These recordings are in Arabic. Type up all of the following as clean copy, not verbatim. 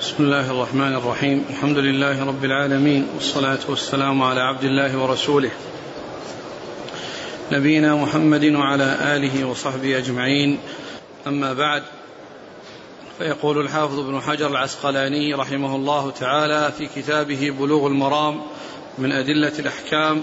بسم الله الرحمن الرحيم. الحمد لله رب العالمين، والصلاة والسلام على عبد الله ورسوله نبينا محمد وعلى آله وصحبه أجمعين. أما بعد، فيقول الحافظ ابن حجر العسقلاني رحمه الله تعالى في كتابه بلوغ المرام من أدلة الأحكام: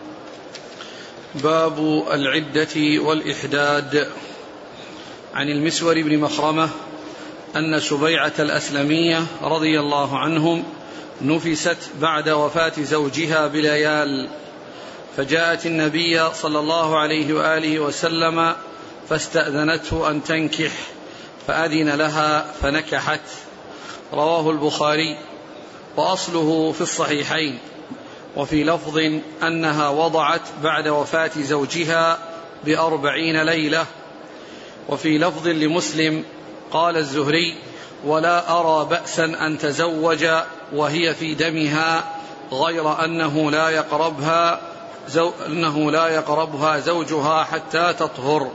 باب العدة والإحداد. عن المسور بن مخرمة أن سبيعة الأسلمية رضي الله عنهم نفست بعد وفاة زوجها بليال، فجاءت النبي صلى الله عليه وآله وسلم فاستأذنته أن تنكح، فأذن لها فنكحت. رواه البخاري، وأصله في الصحيحين. وفي لفظ أنها وضعت بعد وفاة زوجها ب40 ليلة. وفي لفظ لمسلم قال الزهري: ولا أرى بأسا أن تزوج وهي في دمها، غير أنه لا يقربها زوجها حتى تطهر.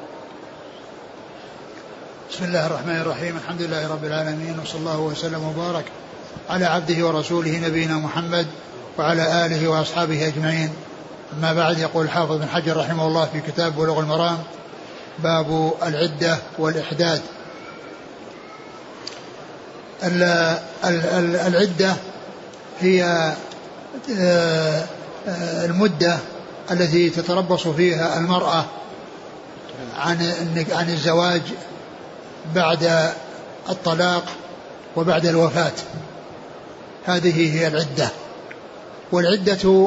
بسم الله الرحمن الرحيم. الحمد لله رب العالمين، وصلى الله وسلم وبارك على عبده ورسوله نبينا محمد وعلى آله وأصحابه أجمعين. أما بعد، يقول الحافظ بن حجر رحمه الله في كتاب بلوغ المرام: باب العدة والإحداد. العدة هي المدة التي تتربص فيها المرأة عن الزواج بعد الطلاق وبعد الوفاة. هذه هي العدة. والعدة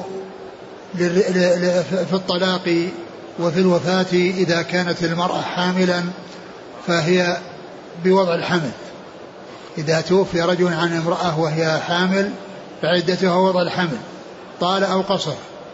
في الطلاق وفي الوفاة إذا كانت المرأة حاملا فهي بوضع الحمل. إذا توفي رجل عن امرأة وهي حامل فعدتها وضع الحمل طال أو قصر.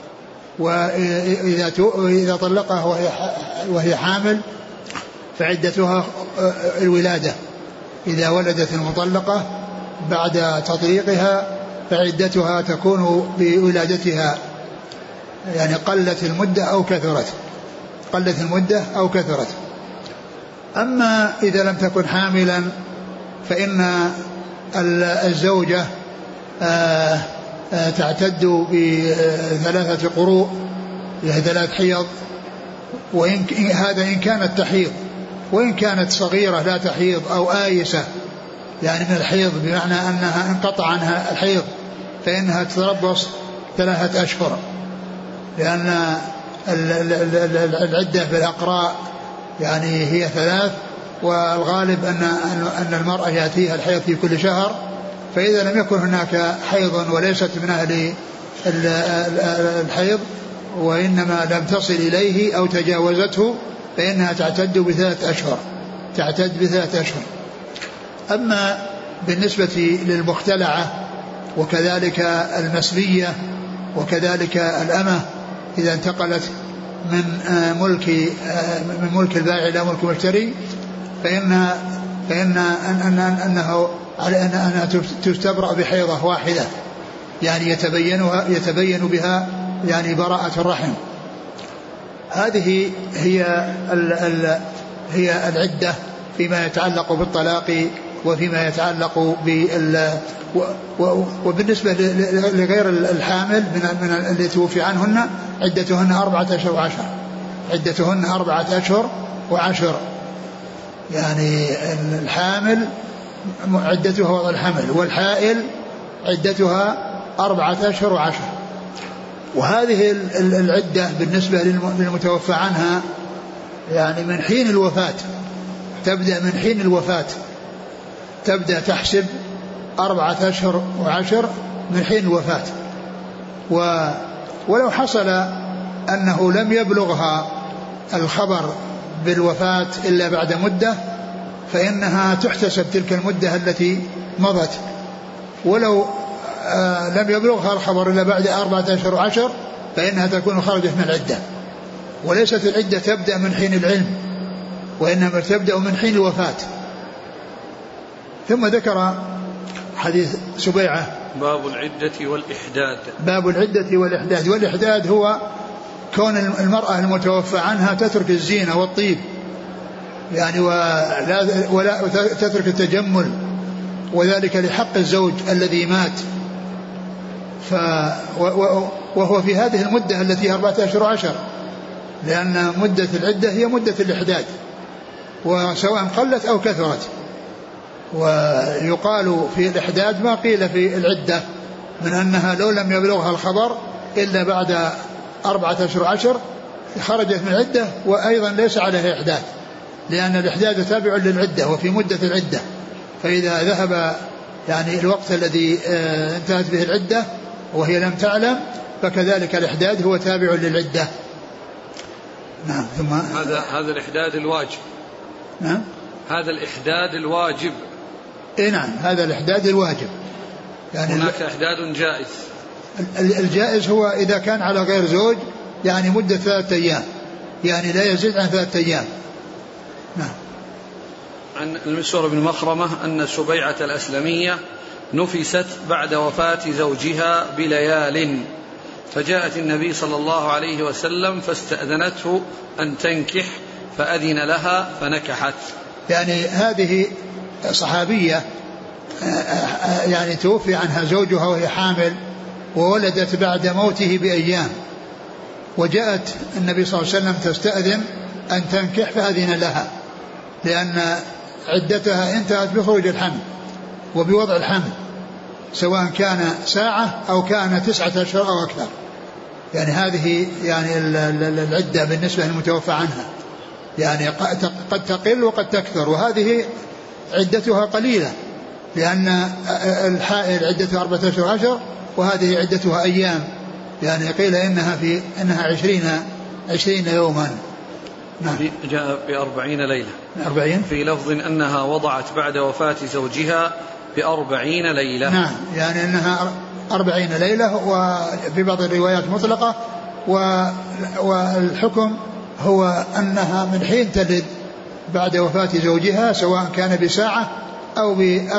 وإذا طلقها وهي حامل فعدتها الولادة. إذا ولدت المطلقة بعد تطليقها فعدتها تكون بولادتها، يعني قلت المدة أو كثرت. أما إذا لم تكن حاملا فإن الزوجة تعتد ب3 قروء، 3 حيض. هذا إن كانت تحيض، وإن كانت صغيرة لا تحيض أو آيسة يعني من الحيض بمعنى أنها انقطع عنها الحيض فإنها تتربص 3 أشهر، لأن العدة بالأقراء يعني هي 3، والغالب أن المرأة يأتيها الحيض في كل شهر. فإذا لم يكن هناك حيض وليست من أهل الحيض وإنما لم تصل إليه أو تجاوزته فإنها تعتد ب3 أشهر. أما بالنسبة للمختلعة وكذلك المسبية وكذلك الأمة إذا انتقلت من ملك البائع إلى ملك المشتري أنها تستبرأ بحيضة واحدة، يعني يتبين بها يعني براءة الرحم. هذه هي العدة فيما يتعلق بالطلاق وفيما يتعلق وبالنسبة لغير الحامل من اللي توفي عنهن عدتهن 4 أشهر وعشر. يعني الحامل عدتها وضع الحمل، والحائل عدتها 4 أشهر وعشر. وهذه العدة بالنسبة للمتوفى عنها يعني من حين الوفاة، تبدأ من حين الوفاة، تبدأ تحسب 4 أشهر وعشر من حين الوفاة. ولو حصل أنه لم يبلغها الخبر بالوفاة إلا بعد مدة فإنها تحتسب تلك المدة التي مضت. ولو لم يبلغها الخبر إلا بعد 4 أشهر وعشر فإنها تكون خرجت من العدة. وليست العدة تبدأ من حين العلم، وإنما تبدأ من حين الوفاة. ثم ذكر حديث سبيعة: باب العدة والإحداد. باب العدة والإحداد. والإحداد هو كون المرأة المتوفى عنها تترك الزينة والطيب، يعني ولا تترك التجمل وذلك لحق الزوج الذي مات، وهو في هذه المدة التي 4 أشهر 10، لأن مدة العدة هي مدة الإحداد وسواء قلت أو كثرت. ويقال في الإحداد ما قيل في العدة من أنها لو لم يبلغها الخبر إلا بعد 4 أشهر 10 خرجت من العدة، وأيضا ليس عليها إحداد، لأن الإحداد تابع للعدة وفي مدة العدة، فإذا ذهب يعني الوقت الذي انتهت به العدة وهي لم تعلم فكذلك الإحداد هو تابع للعدة. نعم. ثم هذا الإحداد الواجب. نعم. هذا الإحداد الواجب. نعم هذا الإحداد الواجب. يعني هناك إحداد جائز. الجائز هو إذا كان على غير زوج يعني مدة 3 أيام، يعني لا يزيد عن 3 أيام. نعم. عن المسور بن مخرمة أن سبيعة الأسلمية نفست بعد وفاة زوجها بليال، فجاءت النبي صلى الله عليه وسلم فاستأذنته أن تنكح فأذن لها فنكحت. يعني هذه صحابية يعني توفي عنها زوجها وهي حامل وولدت بعد موته بأيام، وجاءت النبي صلى الله عليه وسلم تستأذن أن تنكح فأذن لها، لأن عدتها انتهت بخروج الحمل وبوضع الحمل، سواء كان ساعة أو كان 9 أشهر أو أكثر. يعني هذه يعني العدة بالنسبة للمتوفى عنها يعني قد تقل وقد تكثر، وهذه عدتها قليلة لأن الحائل عدتها 4 أشهر 10 وهذه عدتها أيام، يعني قيل إنها 20 يوما. نعم. جاء ب40 ليلة 40 في لفظ أنها وضعت بعد وفاة زوجها ب40 ليلة. نعم يعني أنها 40 ليلة، وفي بعض الروايات مطلقة، والحكم هو أنها من حين تلد بعد وفاة زوجها سواء كان بساعة أو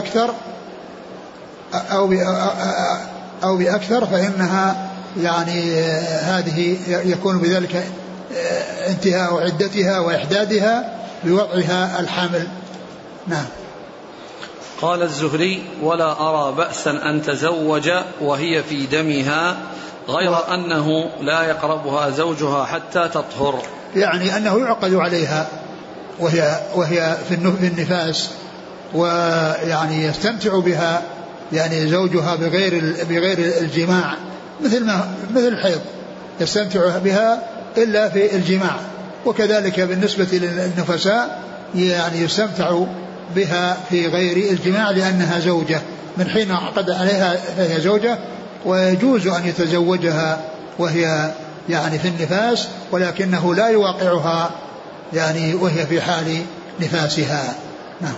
بأكثر فإنها يعني هذه يكون بذلك انتهاء عدتها وإحدادها بوضعها الحمل. نعم. قال الزهري: ولا أرى بأسا أن تزوج وهي في دمها، غير أنه لا يقربها زوجها حتى تطهر. يعني أنه يعقد عليها وهي في النفاس، ويعني يستمتع بها يعني زوجها بغير الجماع، مثل الحيض يستمتع بها إلا في الجماع، وكذلك بالنسبة للنفساء يعني يستمتع بها في غير الجماع لأنها زوجة، من حين عقد عليها فهي زوجة، ويجوز أن يتزوجها وهي يعني في النفاس، ولكنه لا يواقعها يعني وهي في حال نفاسها. نعم.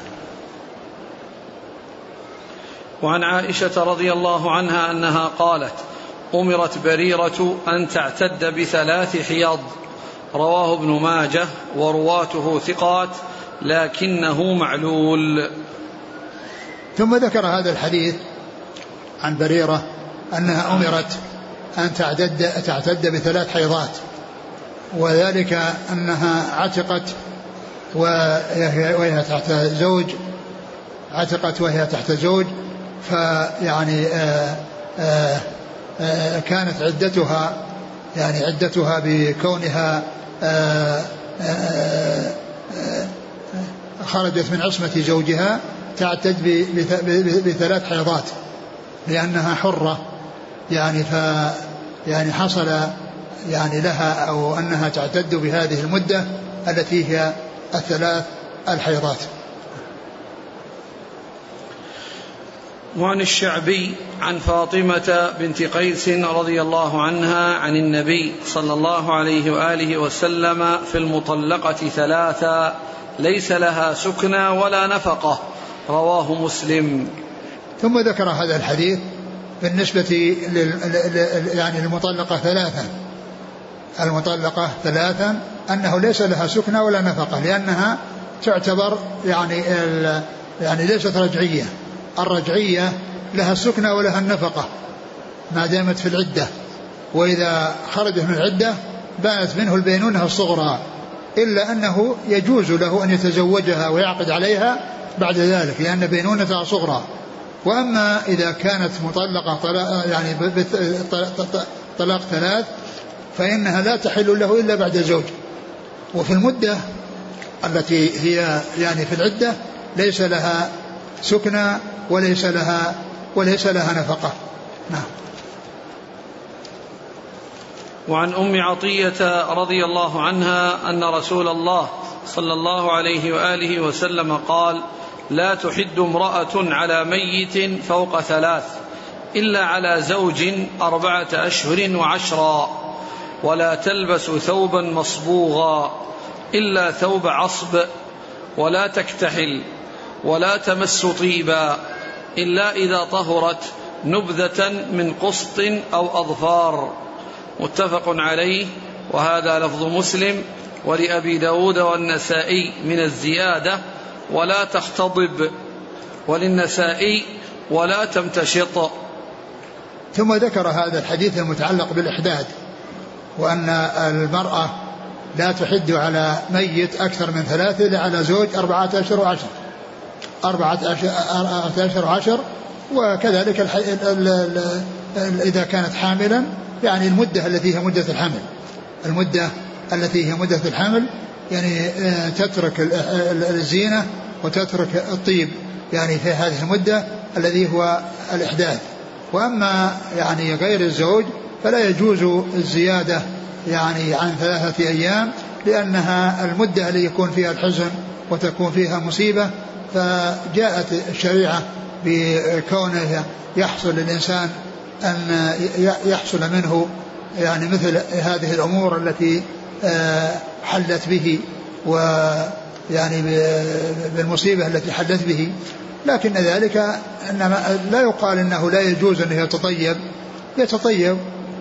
وعن عائشة رضي الله عنها أنها قالت: أمرت بريرة أن تعتد ب3 حيض، رواه ابن ماجه ورواته ثقات لكنه معلول. ثم ذكر هذا الحديث عن بريرة أنها أمرت أن تعتد ب3 حيضات، وذلك أنها عتقت وهي تحت زوج، عتقت وهي تحت زوج، فيعني كانت عدتها بكونها خرجت من عصمة زوجها تعتد ب3 حيضات لأنها حرة، يعني حصل يعني لها أو أنها تعتد بهذه المدة التي هي 3 الحيضات. وعن الشعبي عن فاطمة بنت قيس رضي الله عنها عن النبي صلى الله عليه وآله وسلم في المطلقة 3 ليس لها سكنى ولا نفقة، رواه مسلم. ثم ذكر هذا الحديث بالنسبة يعني المطلقة 3 أنه ليس لها سكنى ولا نفقة، لأنها تعتبر يعني ليست رجعية. الرجعية لها السكنى ولها النفقة ما دامت في العدة، وإذا خرجت من العدة بانت منه البينونة الصغرى، إلا أنه يجوز له أن يتزوجها ويعقد عليها بعد ذلك لأن بينونتها صغرى، وأما إذا كانت مطلقة يعني طلاق 3 فإنها لا تحل له إلا بعد زوج. وفي المدة التي هي يعني في العدة ليس لها سكنى وليس لها نفقة. نعم. وعن أم عطية رضي الله عنها أن رسول الله صلى الله عليه وآله وسلم قال: لا تحد امرأة على ميت فوق 3 إلا على زوج 4 أشهر و10، ولا تلبس ثوبا مصبوغا إلا ثوب عصب، ولا تكتحل، ولا تمس طيبا إلا إذا طهرت نبذة من قسط أو أظفار. متفق عليه، وهذا لفظ مسلم ولأبي داود والنسائي من الزيادة ولا تختضب، وللنسائي ولا تمتشط. ثم ذكر هذا الحديث المتعلق بالإحداد، وأن المرأة لا تحد على ميت أكثر من 3 إلا على زوج 4 أشهر و10، وكذلك إذا كانت حاملا يعني المدة التي هي مدة الحمل يعني تترك الزينة وتترك الطيب يعني في هذه المدة الذي هو الإحداث. وأما يعني غير الزوج فلا يجوز الزيادة يعني عن 3 أيام، لأنها المدة اللي يكون فيها الحزن وتكون فيها مصيبة، فجاءت الشريعة بكونه يحصل للإنسان أن يحصل منه يعني مثل هذه الأمور التي حلت به، ويعني بالمصيبة التي حلت به. لكن ذلك إنما لا يقال إنه لا يجوز أنه يتطيب،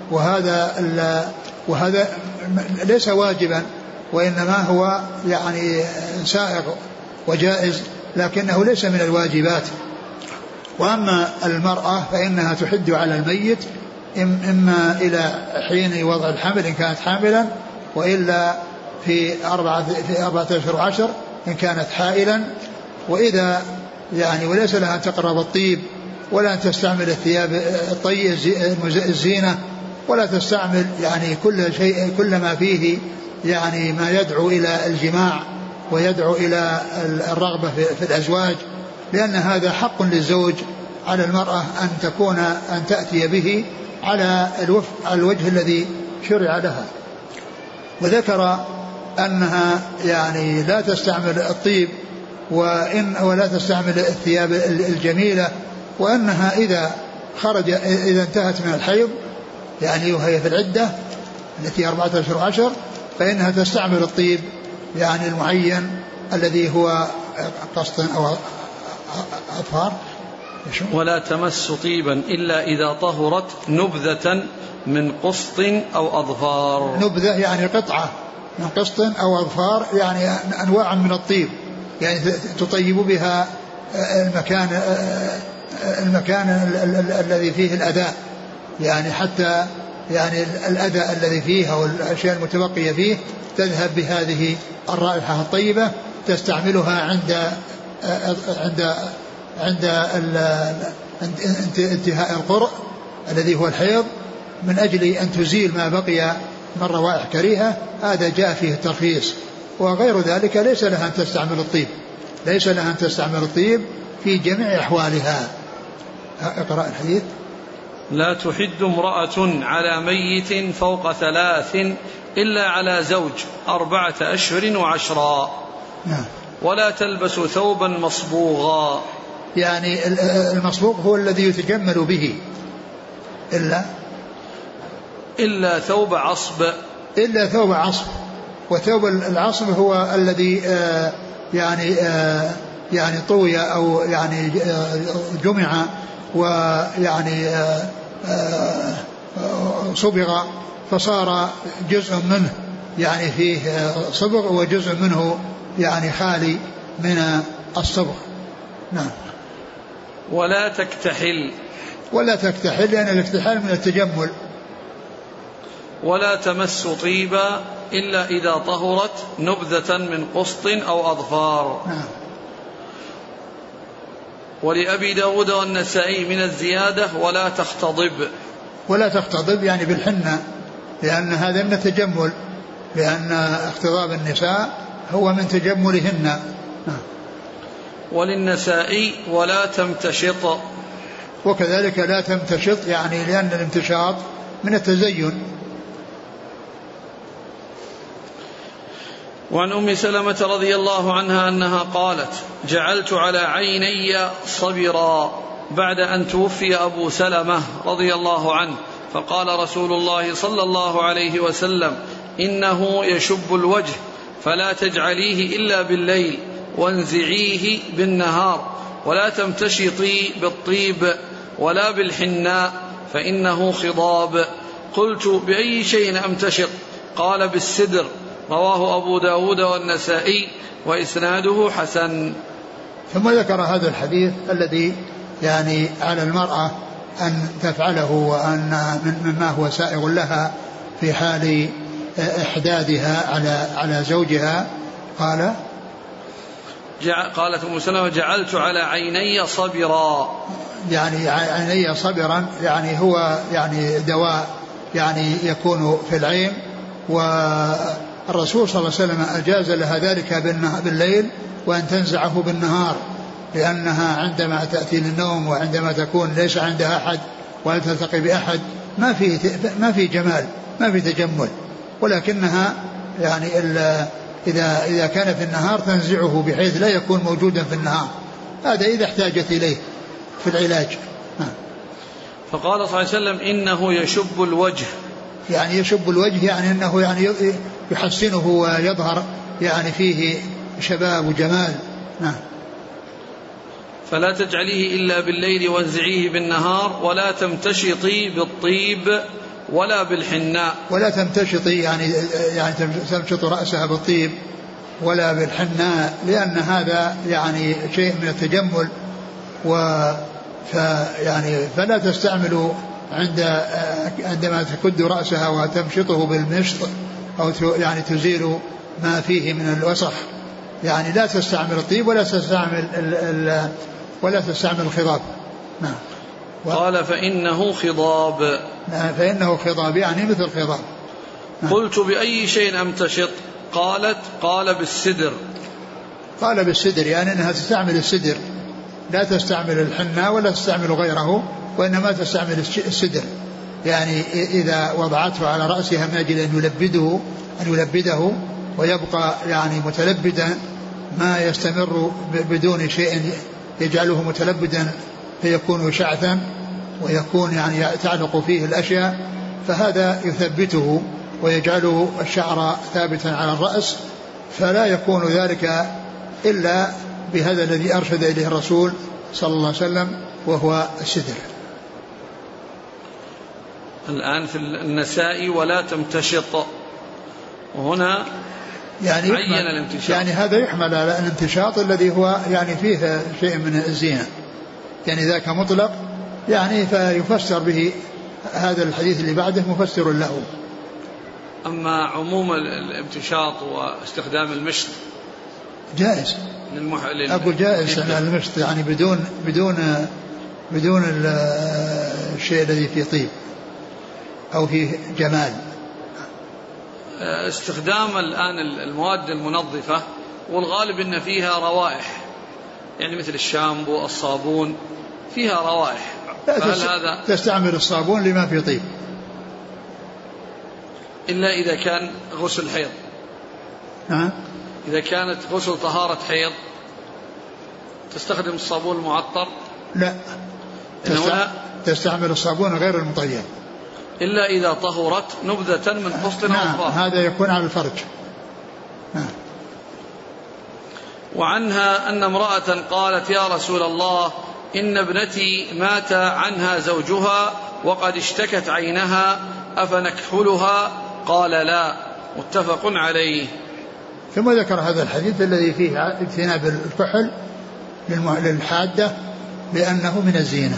وهذا ليس واجبا، وإنما هو يعني سائغ وجائز، لكنه ليس من الواجبات. وأما المرأة فإنها تحد على الميت إما إلى حين وضع الحمل إن كانت حاملا، وإلا في 4 أشهر و10 إن كانت حائلا. وإذا يعني وليس لها أن تقرب الطيب، ولا أن تستعمل الثياب الطيب الزينة، ولا تستعمل يعني كل ما فيه يعني ما يدعو إلى الجماع ويدعو إلى الرغبة في الأزواج، لأن هذا حق للزوج على المرأة أن تأتي به على الوجه الذي شرع لها. وذكر أنها يعني لا تستعمل الطيب ولا تستعمل الثياب الجميلة، وأنها إذا انتهت من الحيض يعني وهي في العدة التي 4 أشهر و10 فإنها تستعمل الطيب يعني المعين الذي هو قسط أو أظفار. ولا تمس طيبا إلا إذا طهرت نبذة من قسط أو أظفار. نبذة يعني قطعة من قسط أو أظفار، يعني أنواع من الطيب يعني تطيب بها المكان الذي فيه الأذى، يعني حتى يعني الأذى الذي فيه والأشياء المتبقية فيه تذهب بهذه الرائحة الطيبة، تستعملها عند انتهاء القرء الذي هو الحيض، من أجل أن تزيل ما بقي من روائح كريهة. هذا جاء فيه الترخيص. وغير ذلك ليس لها أن تستعمل الطيب في جميع أحوالها. اقرأ الحديث. لا تحد امرأة على ميت فوق 3 إلا على زوج 4 أشهر و10. نعم. ولا تلبس ثوبا مصبوغا، يعني المصبوغ هو الذي يتجمل به إلا ثوب عصب. وثوب العصب هو الذي يعني طوي أو يعني جمع ويعني صبغ، فصار جزء منه يعني فيه صبغ وجزء منه يعني خالي من الصبغ. نعم. ولا تكتحل لأن الاكتحال من التجمل. ولا تمس طيبا إلا إذا طهرت نبذة من قسط أو أظفار. نعم. ولأبي داود والنسائي من الزيادة ولا تختضب يعني بالحنة، لأن هذا من التجمل، لأن اختضاب النساء هو من تجملهن. وللنسائي ولا تمتشط، وكذلك لا تمتشط يعني لأن الامتشاط من التزين. وعن أم سلمة رضي الله عنها أنها قالت: جعلت على عيني صبرا بعد أن توفي أبو سلمة رضي الله عنه، فقال رسول الله صلى الله عليه وسلم: إنه يشب الوجه فلا تجعليه إلا بالليل وانزعيه بالنهار، ولا تمتشطي بالطيب ولا بالحناء فإنه خضاب. قلت: بأي شيء أمتشط؟ قال: بالسدر. رواه أبو داود والنسائي وإسناده حسن. ثم ذكر هذا الحديث الذي يعني على المرأة أن تفعله، وأن مما هو سائغ لها في حال إحدادها على زوجها. قالت أم سلمة: جعلت على عيني صبرا، يعني عيني صبرا يعني هو يعني دواء يعني يكون في العين، والرسول صلى الله عليه وسلم أجاز لها ذلك بالليل وأن تنزعه بالنهار، لأنها عندما تأتي للنوم وعندما تكون ليس عندها أحد ولا تلتقي بأحد ما في جمال، ما في تجمل، ولكنها يعني إذا كان في النهار تنزعه بحيث لا يكون موجودا في النهار، هذا إذا احتاجت إليه في العلاج. فقال صلى الله عليه وسلم: إنه يشب الوجه، يعني يشب الوجه يعني أنه يعني يحسنه ويظهر يعني فيه شباب وجمال. فلا تجعليه إلا بالليل وانزعيه بالنهار، ولا تمتشطي بالطيب ولا بالحناء. ولا تمتشطي يعني تمشط رأسها بالطيب ولا بالحناء، لأن هذا يعني شيء من التجمل، فلا تستعمل عندما تكد رأسها وتمشطه بالمشط أو يعني تزيل ما فيه من الوسخ، يعني لا تستعمل الطيب ولا تستعمل الخضاب. قال: فإنه خضاب. فإنه خضاب يعني مثل خضاب. قلت: بأي شيء أمتشط؟ قالت: قال: بالسدر. قال: بالسدر يعني أنها تستعمل السدر، لا تستعمل الحنة ولا تستعمل غيره، وإنما تستعمل السدر، يعني إذا وضعته على رأسها من أجل أن يلبده ويبقى يعني متلبدا، ما يستمر بدون شيء يجعله متلبدا فيكون شعثا ويكون يعني تعلق فيه الأشياء، فهذا يثبته ويجعله الشعر ثابتا على الرأس، فلا يكون ذلك إلا بهذا الذي أرشد إليه الرسول صلى الله عليه وسلم وهو السدر. الآن في النساء ولا تمتشط، وهنا يعني عين الامتشاط، يعني هذا يحمل على الامتشاط الذي هو يعني فيه شيء من الزينة، يعني ذاك مطلق يعني فيفسر به هذا الحديث اللي بعده مفسر له. أما عموم الامتشاط واستخدام المشط جائز، أقول جائز المشط يعني بدون الشيء الذي فيه طيب أو فيه جمال. استخدام الآن المواد المنظفة والغالب أن فيها روائح، يعني مثل الشامبو الصابون فيها روائح، هذا تستعمل الصابون لما فيه طيب إلا إذا كان غسل حيض. إذا كانت غسل طهارة حيض تستخدم الصابون المعطر؟ لا، تستعمل الصابون غير المطيب إلا إذا طهرت نبذة من حصن أو هذا يكون على الفرج. وعنها أن امرأة قالت: يا رسول الله، إن ابنتي مات عنها زوجها وقد اشتكت عينها، أفنكحلها؟ قال: لا. متفق عليه. ثم ذكر هذا الحديث الذي فيه اجتناب الكحل للحادة لأنه من الزينة.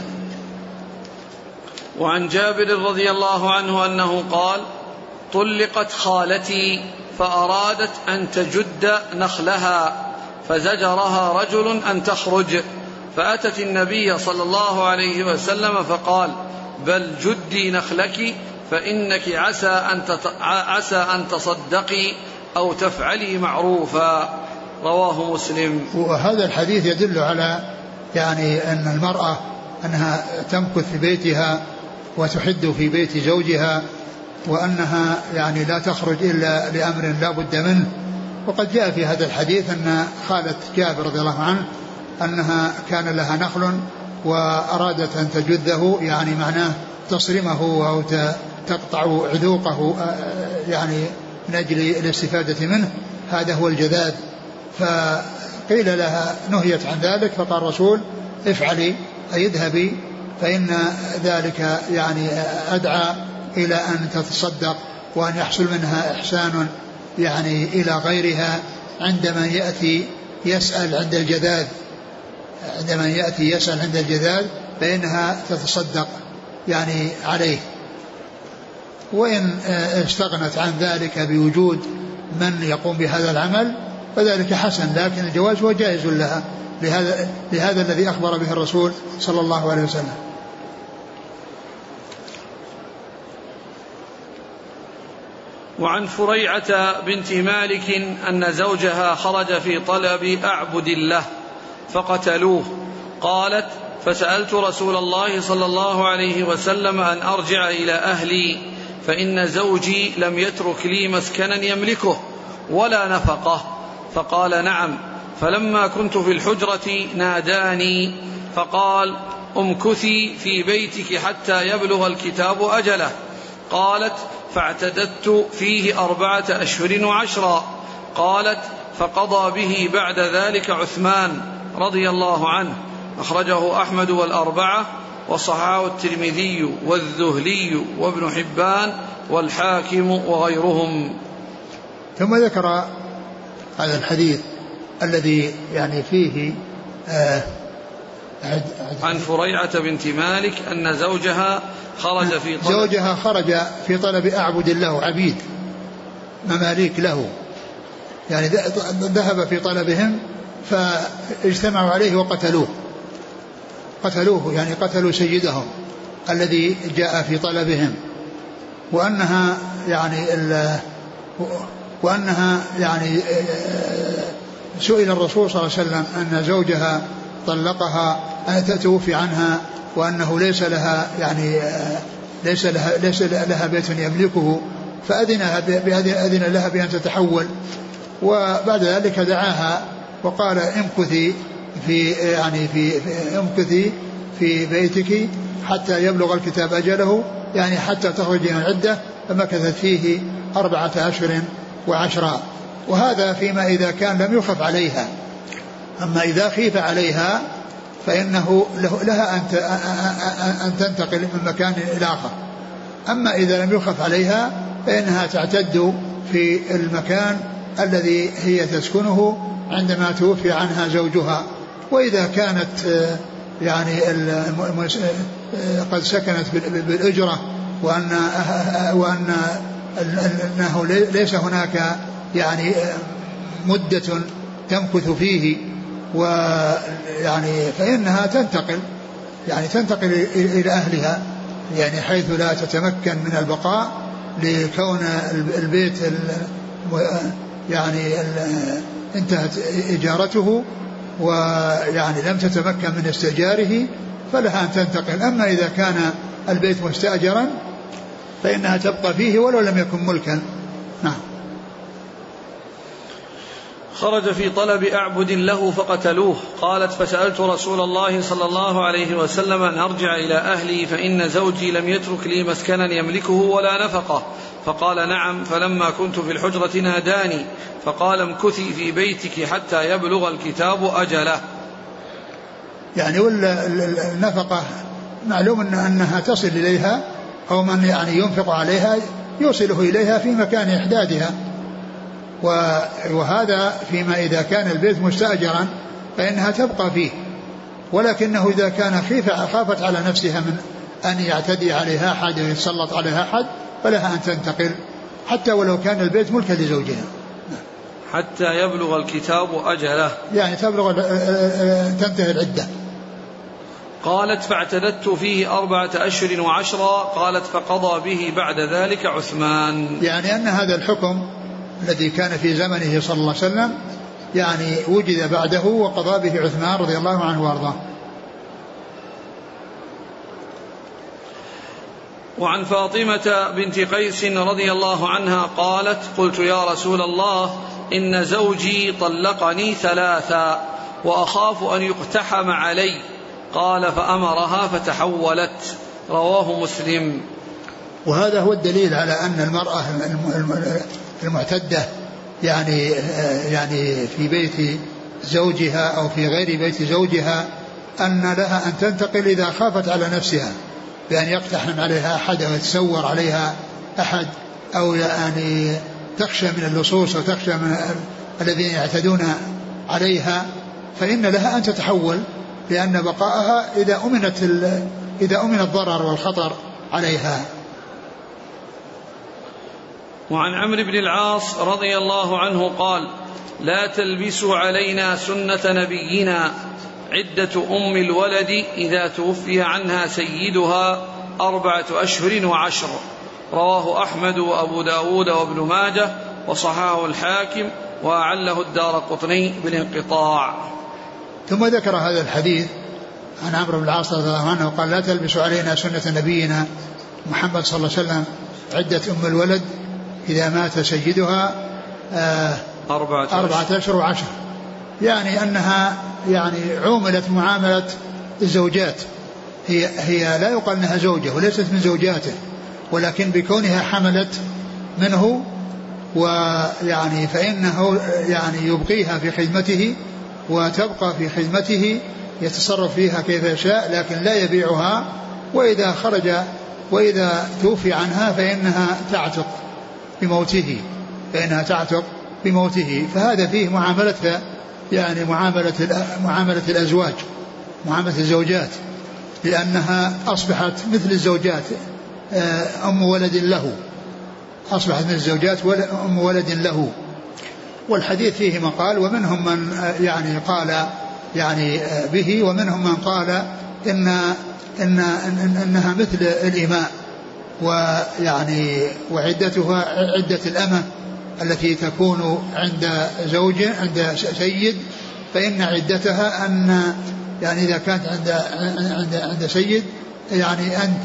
وعن جابر رضي الله عنه أنه قال: طلقت خالتي فأرادت أن تجد نخلها فزجرها رجل أن تخرج، فأتت النبي صلى الله عليه وسلم فقال: بل جدي نخلك فإنك عسى أن تصدقي أو تفعلي معروفا. رواه مسلم. وهذا الحديث يدل على يعني أن المرأة أنها تمكث في بيتها وتحد في بيت زوجها، وأنها يعني لا تخرج إلا لأمر لا بد منه. وقد جاء في هذا الحديث أن خالة جابر رضي الله عنه أنها كان لها نخل وأرادت أن تجذه، يعني معناه تصرمه أو تقطع عذوقه يعني من أجل الاستفادة منه، هذا هو الجذاذ. فقيل لها نهيت عن ذلك، فقال الرسول: افعلي أي اذهبي، فإن ذلك يعني أدعى إلى أن تتصدق وأن يحصل منها إحسان يعني إلى غيرها عندما يأتي يسأل عند الجذاذ، عندما يأتي يسأل عند الجذاذ فإنها تتصدق يعني عليه. وإن استغنت عن ذلك بوجود من يقوم بهذا العمل فذلك حسن، لكن الجواز هو جائز لها لهذا الذي أخبر به الرسول صلى الله عليه وسلم. وعن فريعة بنت مالك أن زوجها خرج في طلب أعبد الله فقتلوه. قالت: فسألت رسول الله صلى الله عليه وسلم أن أرجع إلى أهلي، فإن زوجي لم يترك لي مسكنا يملكه ولا نفقه. فقال: نعم. فلما كنت في الحجرة ناداني فقال: امكثي في بيتك حتى يبلغ الكتاب أجله. قالت: فاعتددت فيه 4 أشهر و10. قالت: فقضى به بعد ذلك عثمان رضي الله عنه. أخرجه أحمد والأربعة، وصححه الترمذي والذهلي وابن حبان والحاكم وغيرهم. ثم ذكر هذا الحديث الذي يعني فيه عن فريعة بنت مالك أن زوجها خرج في طلب أعبد الله، عبيد مماليك له، يعني ذهب في طلبهم فاجتمعوا عليه وقتلوه، يعني قتلوا سيدهم الذي جاء في طلبهم. وأنها يعني سئل الرسول صلى الله عليه وسلم أن زوجها طلقها أن توفي عنها، وأنه ليس لها بيت يملكه، فأذن لها بأن تتحول. وبعد ذلك دعاها وقال: امكثي في بيتك حتى يبلغ الكتاب أجله، يعني حتى تخرج من العدة. فمكثت فيه 4 أشهر و10. وهذا فيما إذا كان لم يخف عليها. أما إذا خيف عليها فإنه لها أن تنتقل من مكان إلى آخر. أما إذا لم يخف عليها فإنها تعتد في المكان الذي هي تسكنه عندما توفي عنها زوجها. وإذا كانت يعني قد سكنت بالأجرة وأنه ليس هناك يعني مدة تمكث فيه، ويعني فإنها تنتقل إلى أهلها، يعني حيث لا تتمكن من البقاء لكون البيت يعني انتهت إجارته ويعني لم تتمكن من استئجاره، فلها أن تنتقل. أما إذا كان البيت مستأجرا فإنها تبقى فيه ولو لم يكن ملكا. نعم. خرج في طلب أعبد له فقتلوه. قالت: فسألت رسول الله صلى الله عليه وسلم أن أرجع إلى أهلي، فإن زوجي لم يترك لي مسكنا يملكه ولا نفقه. فقال: نعم. فلما كنت في الحجرة ناداني فقال: امكثي في بيتك حتى يبلغ الكتاب أجله. يعني النفقة معلوم أنها تصل إليها، أو من يعني ينفق عليها يوصله إليها في مكان إحدادها. وهذا فيما إذا كان البيت مستأجرا فإنها تبقى فيه، ولكنه إذا كان خافت على نفسها من أن يعتدي عليها أحد ويتسلط عليها أحد فلها أن تنتقل حتى ولو كان البيت ملكا لزوجها حتى يبلغ الكتاب أجله، يعني تنتهي العدة قالت فاعتددت فيه 4 أشهر و10. قالت فقضى به بعد ذلك عثمان. يعني أن هذا الحكم الذي كان في زمنه صلى الله عليه وسلم يعني وجد بعده وقضى به عثمان رضي الله عنه وارضاه. وعن فاطمة بنت قيس رضي الله عنها قالت قلت يا رسول الله إن زوجي طلقني 3 وأخاف أن يقتحم علي. قال فأمرها فتحولت. رواه مسلم. وهذا هو الدليل على أن المرأة المعتدة يعني في بيت زوجها أو في غير بيت زوجها أن لها أن تنتقل إذا خافت على نفسها بأن يقتحم عليها أحد أو يتسور عليها أحد أو يعني تخشى من اللصوص أو تخشى من الذين يعتدون عليها، فإن لها أن تتحول، لأن بقاءها إذا أمن الضرر والخطر عليها. وعن عمرو بن العاص رضي الله عنه قال لا تلبسوا علينا سنة نبينا عدة أم الولد إذا توفي عنها سيدها 4 أشهر و10. رواه أحمد وأبو داود وابن ماجه وصححه الحاكم وأعله الدارقطني بالانقطاع. ثم ذكر هذا الحديث عن عمرو بن العاص رضي الله عنه قال لا تلبسوا علينا سنة نبينا محمد صلى الله عليه وسلم عدة أم الولد إذا مات سيدها 4 أشهر و10. يعني أنها يعني عوملت معاملة الزوجات، هي لا يقال أنها زوجة وليست من زوجاته، ولكن بكونها حملت منه ويعني فإنه يعني يبقيها في خدمته وتبقى في خدمته يتصرف فيها كيف يشاء، لكن لا يبيعها، وإذا توفي عنها فإنها تعتق بموته، فهذا فيه معاملة يعني معاملة الأزواج، معاملة الزوجات، لأنها أصبحت مثل الزوجات أم ولد له، أصبحت من الزوجات أم ولد له. والحديث فيه مقال، ومنهم من يعني قال يعني به، ومنهم من قال إنها مثل الإماء، ويعني وعدتها عدة الأمة التي تكون عند زوج عند سيد، فإن عدتها أن يعني إذا كانت عند سيد يعني أن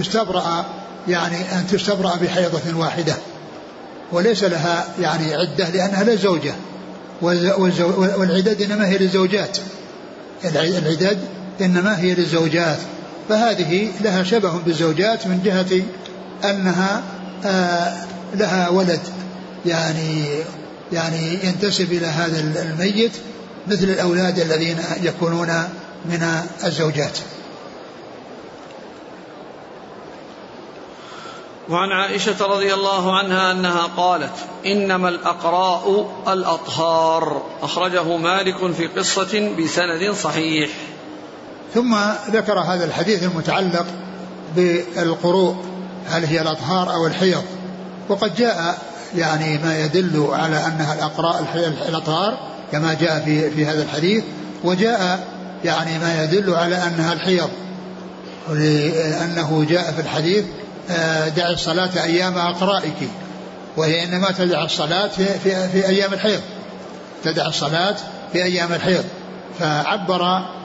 تستبرأ بحيضة واحدة، وليس لها يعني عدة لأنها لا زوجة، والعدد إنما هي للزوجات، العدد إنما هي للزوجات، فهذه لها شبه بالزوجات من جهة أنها لها ولد يعني ينتسب إلى هذا الميت مثل الأولاد الذين يكونون من الزوجات. وعن عائشة رضي الله عنها أنها قالت إنما الأقراء الأطهار. أخرجه مالك في قصة بسند صحيح. ثم ذكر هذا الحديث المتعلق بالقروء، هل هي الأطهار أو الحيض، وقد جاء يعني ما يدل على أنها الأقراء الأطهار كما جاء في هذا الحديث، وجاء يعني ما يدل على أنها الحيض، لأنه جاء في الحديث دع الصلاة أيام أقرائك، وهي إنما تدع الصلاة في أيام الحيض، تدع الصلاة في أيام الحيض، فعبر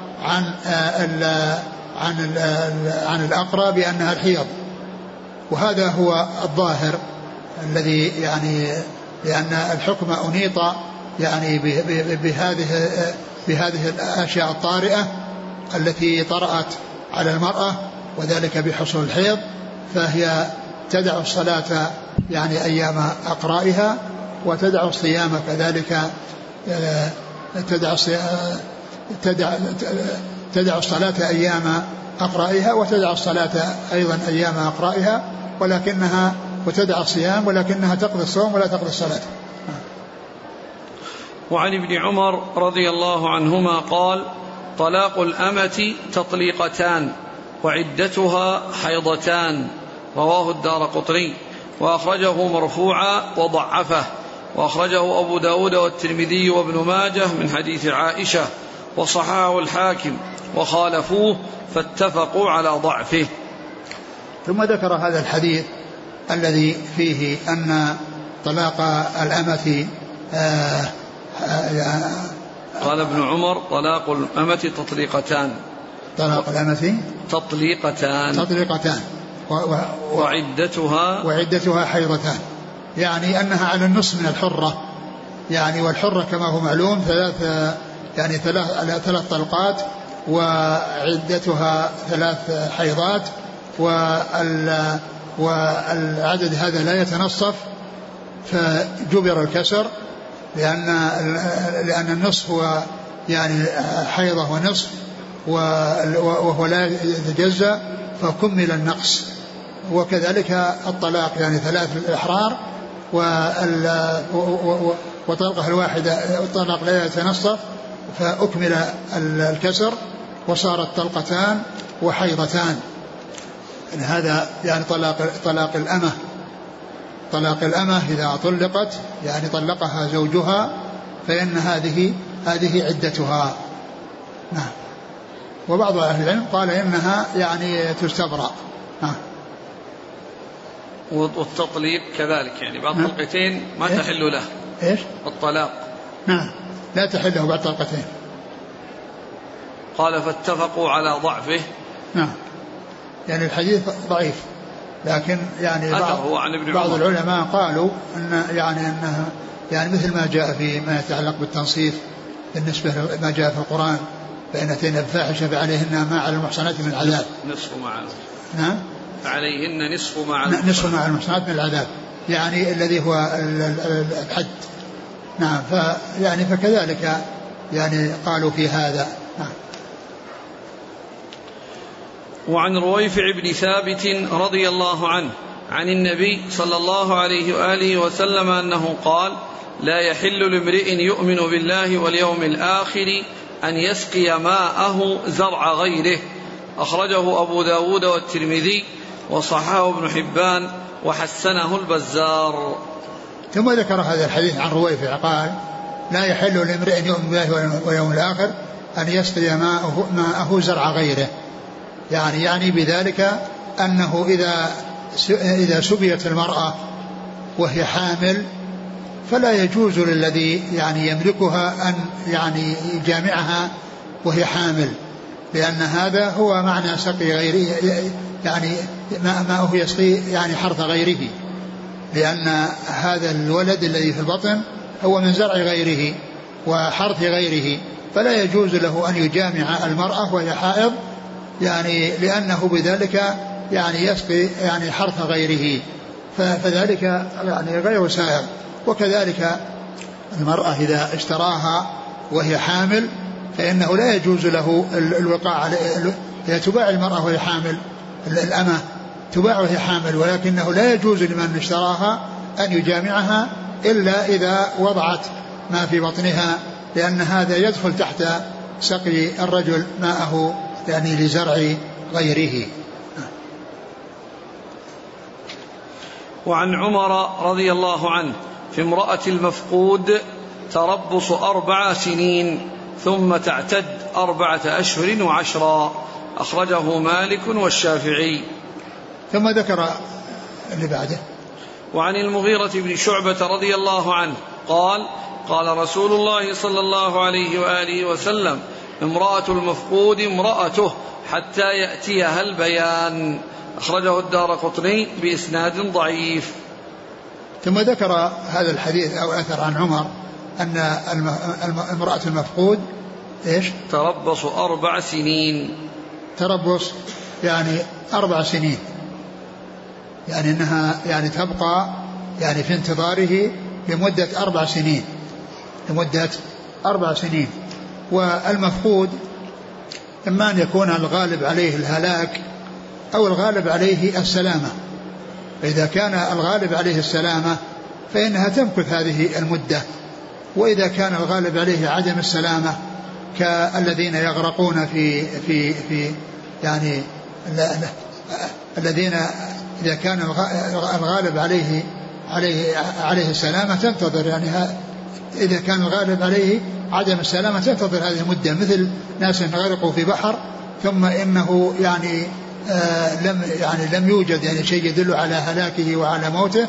عن الأقرى بأنها الحيض، وهذا هو الظاهر الذي يعني لأن الحكم أنيط يعني بهذه الأشياء الطارئة التي طرأت على المرأة، وذلك بحصول الحيض، فهي تدع الصلاة يعني أيام أقرائها، وتدع الصيام كذلك، تدع الصلاة أيام أقرائها، وتدع الصلاة أيضا أيام أقرائها، وتدع الصيام ولكنها تقضي الصوم ولا تقضي الصلاة. وعن ابن عمر رضي الله عنهما قال طلاق الأمة تطليقتان وعدتها حيضتان. رواه الدارقطني وأخرجه مرفوعا وضعفه، وأخرجه أبو داود والترمذي وابن ماجه من حديث عائشة، وصححه الحاكم وخالفوه فاتفقوا على ضعفه. ثم ذكر هذا الحديث الذي فيه أن طلاق الأمة قال ابن عمر طلاق الأمة تطليقتان. طلاق الأمة تطليقتان وعدتها حيضتان، يعني أنها على النصف من الحرة، يعني والحرة كما هو معلوم ثلاث طلقات، وعدتها 3 حيضات، والعدد هذا لا يتنصف فجبر الكسر، لأن النصف هو يعني حيضة ونصف وهو لا يتجزأ فكمل النقص. وكذلك الطلاق يعني 3 إحرار وطلقها الواحدة الطلاق لا يتنصف فأكمل الكسر وصارت طلقتان وحيضتان. هذا يعني طلاق الأمة. طلاق الأمة إذا طلقت يعني طلقها زوجها فإن هذه عدتها. نعم. وبعض أهل العلم قال إنها يعني تستبرأ. والتطليق كذلك يعني بعد طلقتين ما تحل له. إيش؟ الطلاق. نعم لا تحل له بعد طلقتين. قال فاتفقوا على ضعفه. نعم يعني الحديث ضعيف، لكن يعني بعض العلماء قالوا أنها يعني مثل ما جاء في ما يتعلق بالتنصيف بالنسبة لما جاء في القرآن فإن أتينا بفاحشة فعليهن ما على المحصنات من العذاب. نصف مع نعم عليهن نصف مع المحصنات من العذاب، يعني الذي هو الحد. نعم يعني فكذلك يعني قالوا في هذا. نعم. وعن رويفع بن ثابت رضي الله عنه عن النبي صلى الله عليه وآله وسلم أنه قال: لا يحل لامرئ يؤمن بالله واليوم الآخر أن يسقي ماءه زرع غيره. أخرجه أبو داود والترمذي وصححه ابن حبان وحسنه البزار. ثم ذكر هذا الحديث عن رويفع قال: لا يحل لامرئ يؤمن بالله واليوم الآخر أن يسقي ماءه زرع غيره، يعني بذلك أنه إذا سقيت المرأة وهي حامل فلا يجوز للذي يعني يملكها أن يعني يجامعها وهي حامل، لأن هذا هو معنى سقي غيره، يعني ماءه يسقي يعني حرث غيره، لأن هذا الولد الذي في البطن هو من زرع غيره وحرث غيره، فلا يجوز له أن يجامع المرأة وهي حائض، يعني لأنه بذلك يعني يسقي يعني حرث غيره، فذلك يعني غير سائغ. وكذلك المرأة إذا اشتراها وهي حامل فإنه لا يجوز له الوقاع عليه. تباع المرأة وهي حامل، الأمة تباع وهي حامل، ولكنه لا يجوز لمن اشتراها أن يجامعها إلا إذا وضعت ما في بطنها، لأن هذا يدخل تحت سقي الرجل ماءه يعني لزرع غيره. وعن عمر رضي الله عنه في امرأة المفقود تربص 4 سنين ثم تعتد 4 أشهر و10. أخرجه مالك والشافعي. ثم ذكر اللي بعده. وعن المغيرة بن شعبة رضي الله عنه قال: قال رسول الله صلى الله عليه وآله وسلم: امرأة المفقود امرأته حتى يأتيها البيان. أخرجه الدارقطني بإسناد ضعيف. ثم ذكر هذا الحديث أو أثر عن عمر أن امرأة المفقود إيش؟ تربص 4 سنين. تربص يعني 4 سنين، يعني أنها يعني تبقى يعني في انتظاره لمدة 4 سنين، لمدة 4 سنين. والمفقود إما أن يكون الغالب عليه الهلاك أو الغالب عليه السلامة، فإذا كان الغالب عليه السلامة فإنها تمكث هذه المدة، وإذا كان الغالب عليه عدم السلامة كالذين يغرقون في يعني الذين إذا كان الغالب عليه السلامة تنتظر، يعني إذا كان الغالب عليه عدم السلامة تنتظر هذه المدة، مثل ناس غرقوا في بحر ثم إنه لم يوجد يعني شيء يدل على هلاكه وعلى موته.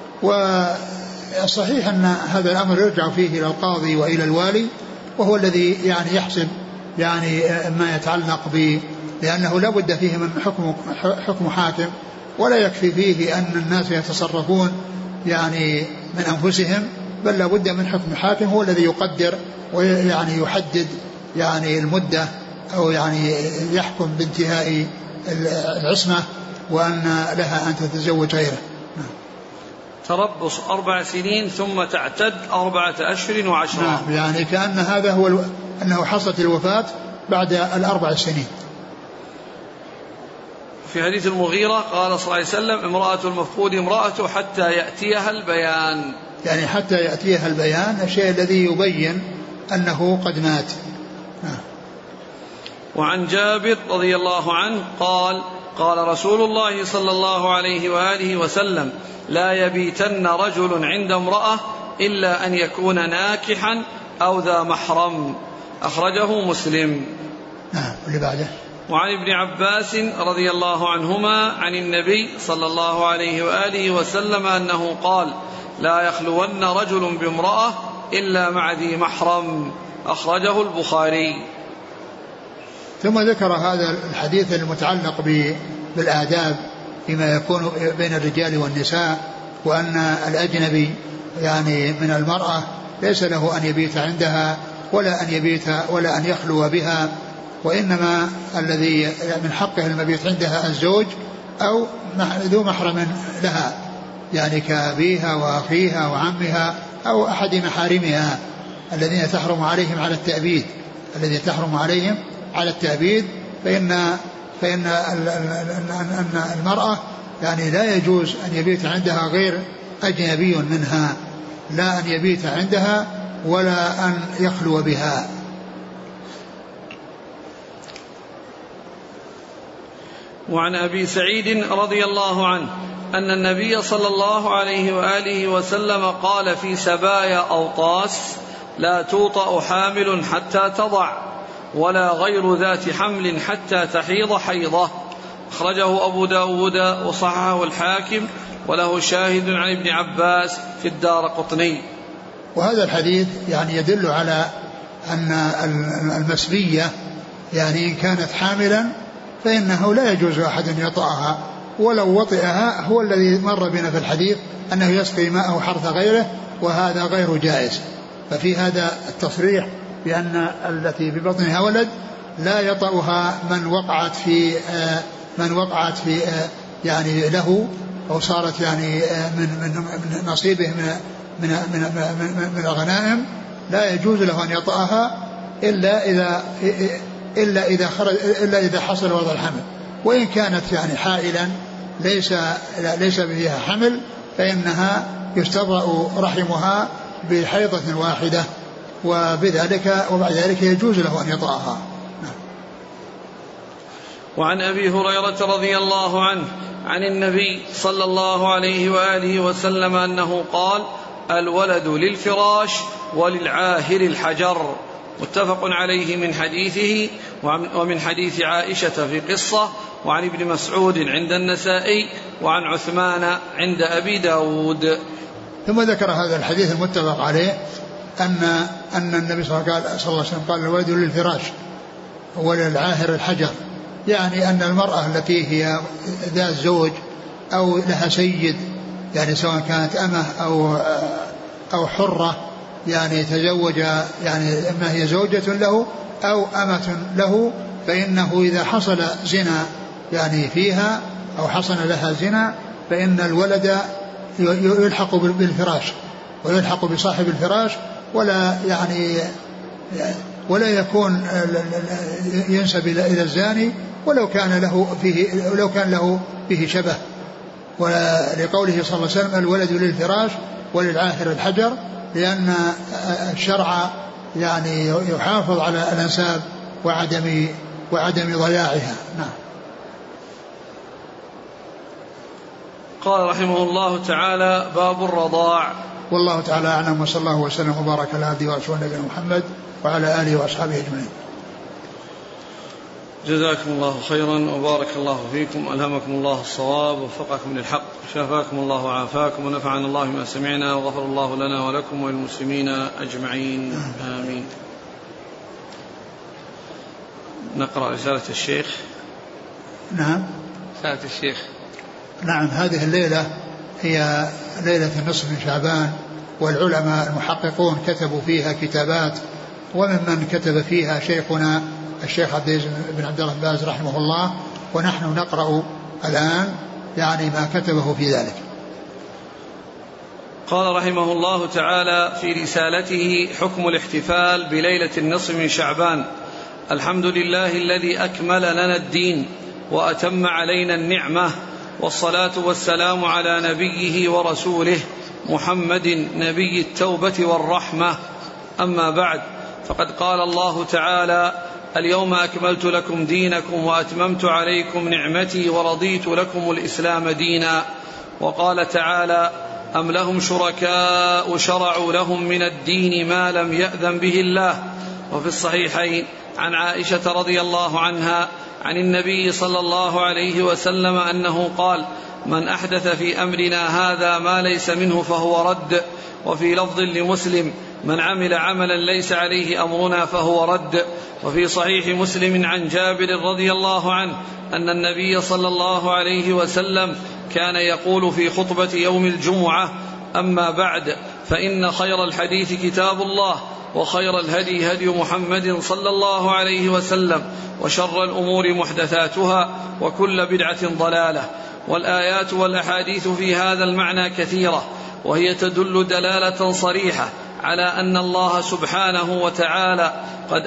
وصحيح أن هذا الأمر يرجع فيه إلى القاضي وإلى الوالي، وهو الذي يعني يحسب يعني ما يتعلق لأنه لا بد فيه من حكم حاكم، ولا يكفي فيه أن الناس يتصرفون يعني من أنفسهم، بل لا بد من حكم حاكم هو الذي يقدر ويعني يحدد يعني المدة، أو يعني يحكم بانتهاء العصمة وأن لها أن تتزوج غيره. تربص 4 سنين ثم تعتد 4 أشهر و10. نعم، يعني كأن هذا هو أنه حصلت الوفاة بعد 4 سنين. في حديث المغيرة قال صلى الله عليه وسلم: امرأة المفقود امرأة حتى يأتيها البيان، يعني حتى يأتيها البيان، الشيء الذي يبين أنه قد مات. وعن جابر رضي الله عنه قال: قال رسول الله صلى الله عليه وآله وسلم: لا يبيتن رجل عند امرأة إلا أن يكون ناكحا أو ذا محرم. أخرجه مسلم. اللي بعده. وعن ابن عباس رضي الله عنهما عن النبي صلى الله عليه وآله وسلم أنه قال: لا يخلون رجل بامرأة إلا مع ذي محرم. أخرجه البخاري. ثم ذكر هذا الحديث المتعلق بالآداب فيما يكون بين الرجال والنساء، وأن الأجنبي يعني من المرأة ليس له أن يبيت عندها ولا أن يخلو بها، وإنما الذي من حقه المبيت عندها الزوج أو ذو محرم لها، يعني كأبيها وأخيها وعمها أو أحد محارمها الذين تحرم عليهم على التأبيد، فإن المرأة يعني لا يجوز أن يبيت عندها غير أجنبي منها، لا أن يبيت عندها ولا أن يخلو بها. وعن أبي سعيد رضي الله عنه أن النبي صلى الله عليه وآله وسلم قال في سبايا أوطاس: لا توطأ حامل حتى تضع، ولا غير ذات حمل حتى تحيض حيضة. أخرجه أبو داود وصححه الحاكم، وله شاهد عن ابن عباس في الدارقطني. وهذا الحديث يعني يدل على أن المسبية يعني إن كانت حاملا فإنه لا يجوز أحد أن يطأها، ولو وطئها هو الذي مر بنا في الحديث أنه يسقي ماءه حرث غيره، وهذا غير جائز. ففي هذا التصريح بأن التي ببطنها ولد لا يطأها من وقعت في يعني له، أو صارت يعني من نصيبه من الغنائم، لا يجوز له أن يطأها إلا إذا حصل وضع الحمل. وإن كانت يعني حائلا ليس بها حمل فإنها يستبرأ رحمها بحيضة واحدة، وبعد ذلك يجوز له أن يطأها. وعن أبي هريرة رضي الله عنه عن النبي صلى الله عليه وآله وسلم أنه قال: الولد للفراش وللعاهر الحجر. متفق عليه من حديثه ومن حديث عائشة في قصة، وعن ابن مسعود عند النسائي، وعن عثمان عند أبي داود. ثم ذكر هذا الحديث المتفق عليه أن النبي صلى الله عليه وسلم قال: الولد للفراش وللعاهر الحجر، يعني أن المرأة التي هي ذات زوج أو لها سيد، يعني سواء كانت أمه أو حرة، يعني تزوج يعني إما هي زوجة له أو أمة له، فإنه إذا حصل زنا يعني فيها أو حصل لها زنا فإن الولد يلحق بالفراش ويلحق بصاحب الفراش، ولا يكون ينسب إلى الزاني ولو كان له فيه شبه. ولقوله صلى الله عليه وسلم: الولد للفراش وللعاهر الحجر، لأن الشرع يعني يحافظ على الأنساب وعدم ضياعها. نعم. قال رحمه الله تعالى: باب الرضاع. والله تعالى أعلم، وصلى الله وسلم وبارك على عبده ورسوله نبينا محمد وعلى آله وأصحابه أجمعين. جزاكم الله خيرا وبارك الله فيكم، ألهمكم الله الصواب ووفقكم للحق، شافاكم الله وعافاكم، ونفعنا الله ما سمعنا، وغفر الله لنا ولكم وللمسلمين أجمعين، آمين. نقرأ رسالة الشيخ. نعم. رسالة الشيخ. نعم، هذه الليلة هي ليلة النصف من شعبان، والعلماء المحققون كتبوا فيها كتابات، وممن كتب فيها شيخنا الشيخ عبد العزيز بن عبد الله بن باز رحمه الله، ونحن نقرأ الآن يعني ما كتبه في ذلك. قال رحمه الله تعالى في رسالته: حكم الاحتفال بليلة النصف من شعبان. الحمد لله الذي أكمل لنا الدين وأتم علينا النعمة، والصلاة والسلام على نبيه ورسوله محمد نبي التوبة والرحمة. أما بعد، فقد قال الله تعالى: اليوم أكملت لكم دينكم وأتممت عليكم نعمتي ورضيت لكم الإسلام دينا. وقال تعالى: أم لهم شركاء شرعوا لهم من الدين ما لم يأذن به الله. وفي الصحيحين عن عائشة رضي الله عنها عن النبي صلى الله عليه وسلم أنه قال: من أحدث في أمرنا هذا ما ليس منه فهو رد. وفي لفظ لمسلم: من عمل عملا ليس عليه أمرنا فهو رد. وفي صحيح مسلم عن جابر رضي الله عنه أن النبي صلى الله عليه وسلم كان يقول في خطبة يوم الجمعة: أما بعد، فإن خير الحديث كتاب الله، وخير الهدي هدي محمد صلى الله عليه وسلم، وشر الأمور محدثاتها، وكل بدعة ضلالة. والآيات والأحاديث في هذا المعنى كثيرة، وهي تدل دلالة صريحة على أن الله سبحانه وتعالى قد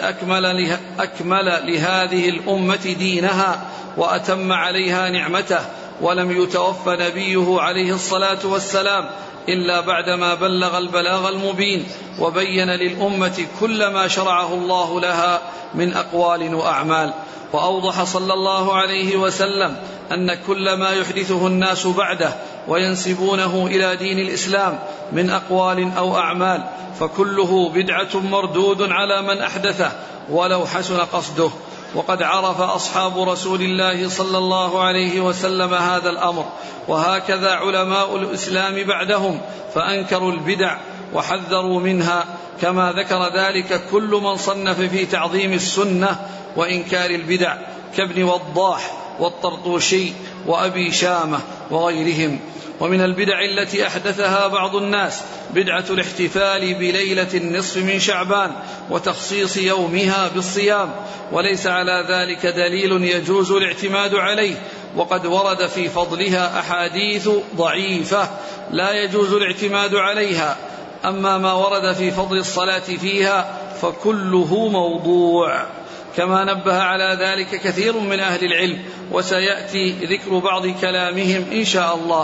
أكمل لهذه الأمة دينها وأتم عليها نعمته، ولم يتوفى نبيه عليه الصلاة والسلام إلا بعدما بلغ البلاغ المبين، وبين للأمة كل ما شرعه الله لها من أقوال وأعمال. وأوضح صلى الله عليه وسلم أن كل ما يحدثه الناس بعده وينسبونه إلى دين الإسلام من أقوال أو أعمال فكله بدعة مردود على من أحدثه ولو حسن قصده. وقد عرف أصحاب رسول الله صلى الله عليه وسلم هذا الأمر، وهكذا علماء الإسلام بعدهم، فأنكروا البدع وحذروا منها، كما ذكر ذلك كل من صنف في تعظيم السنة وإنكار البدع كابن وضاح والطرطوشي وأبي شامة وغيرهم. ومن البدع التي أحدثها بعض الناس بدعة الاحتفال بليلة النصف من شعبان وتخصيص يومها بالصيام، وليس على ذلك دليل يجوز الاعتماد عليه، وقد ورد في فضلها أحاديث ضعيفة لا يجوز الاعتماد عليها. أما ما ورد في فضل الصلاة فيها فكله موضوع، كما نبه على ذلك كثير من أهل العلم، وسيأتي ذكر بعض كلامهم إن شاء الله.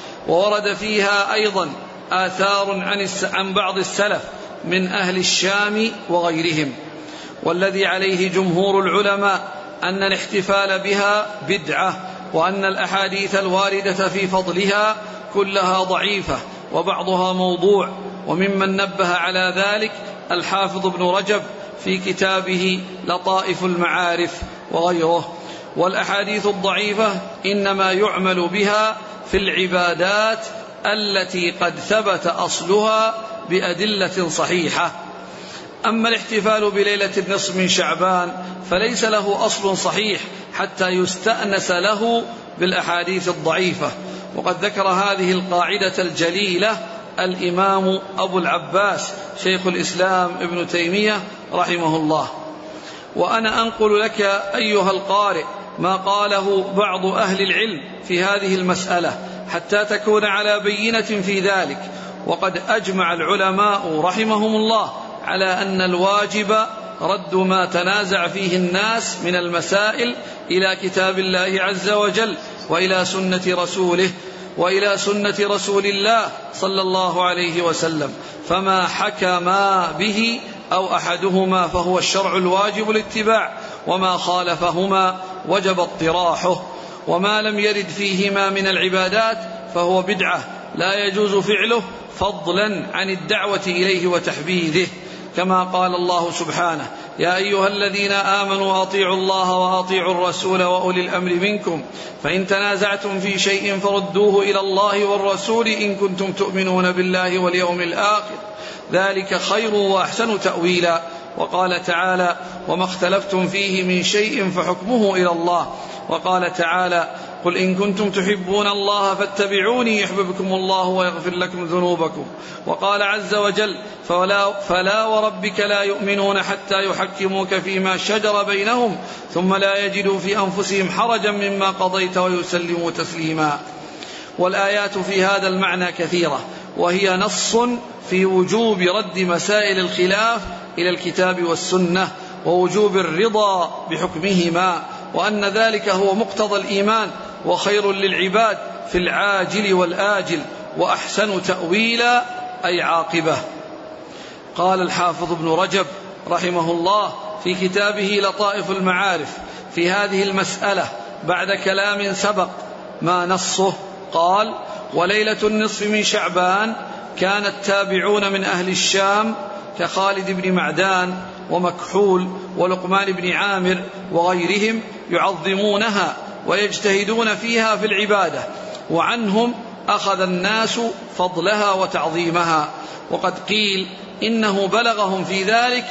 وورد فيها أيضا آثار عن بعض السلف من أهل الشام وغيرهم. والذي عليه جمهور العلماء أن الاحتفال بها بدعة، وأن الأحاديث الواردة في فضلها كلها ضعيفة وبعضها موضوع. وممن نبه على ذلك الحافظ ابن رجب في كتابه لطائف المعارف وغيره. والأحاديث الضعيفة إنما يعمل بها في العبادات التي قد ثبت أصلها بأدلة صحيحة. أما الاحتفال بليلة النصف من شعبان فليس له أصل صحيح حتى يستأنس له بالأحاديث الضعيفة. وقد ذكر هذه القاعدة الجليلة الإمام أبو العباس شيخ الإسلام ابن تيمية رحمه الله. وأنا أنقل لك أيها القارئ ما قاله بعض أهل العلم في هذه المسألة حتى تكون على بينة في ذلك. وقد أجمع العلماء رحمهم الله على أن الواجب رد ما تنازع فيه الناس من المسائل إلى كتاب الله عز وجل، وإلى سنة رسوله، وإلى سنة رسول الله صلى الله عليه وسلم، فما حكما به أو أحدهما فهو الشرع الواجب الاتباع، وما خالفهما وجب اطراحه. وما لم يرد فيهما من العبادات فهو بدعة لا يجوز فعله فضلا عن الدعوة إليه وتحبيذه، كما قال الله سبحانه: يا أيها الذين آمنوا أطيعوا الله وأطيعوا الرسول وأولي الأمر منكم فإن تنازعتم في شيء فردوه إلى الله والرسول إن كنتم تؤمنون بالله واليوم الآخر ذلك خير وأحسن تأويلا. وقال تعالى: وما اختلفتم فيه من شيء فحكمه إلى الله. وقال تعالى: قل إن كنتم تحبون الله فاتبعوني يحببكم الله ويغفر لكم ذنوبكم. وقال عز وجل: فلا وربك لا يؤمنون حتى يحكموك فيما شجر بينهم ثم لا يجدوا في أنفسهم حرجا مما قضيت ويسلموا تسليما. والآيات في هذا المعنى كثيرة، وهي نص في وجوب رد مسائل الخلاف إلى الكتاب والسنة ووجوب الرضا بحكمهما، وأن ذلك هو مقتضى الإيمان وخير للعباد في العاجل والآجل وأحسن تأويلا أي عاقبة. قال الحافظ ابن رجب رحمه الله في كتابه لطائف المعارف في هذه المسألة بعد كلام سبق ما نصه، قال: وليلة النصف من شعبان كان التابعون من أهل الشام كخالد بن معدان ومكحول ولقمان بن عامر وغيرهم يعظمونها ويجتهدون فيها في العبادة، وعنهم أخذ الناس فضلها وتعظيمها. وقد قيل إنه بلغهم في ذلك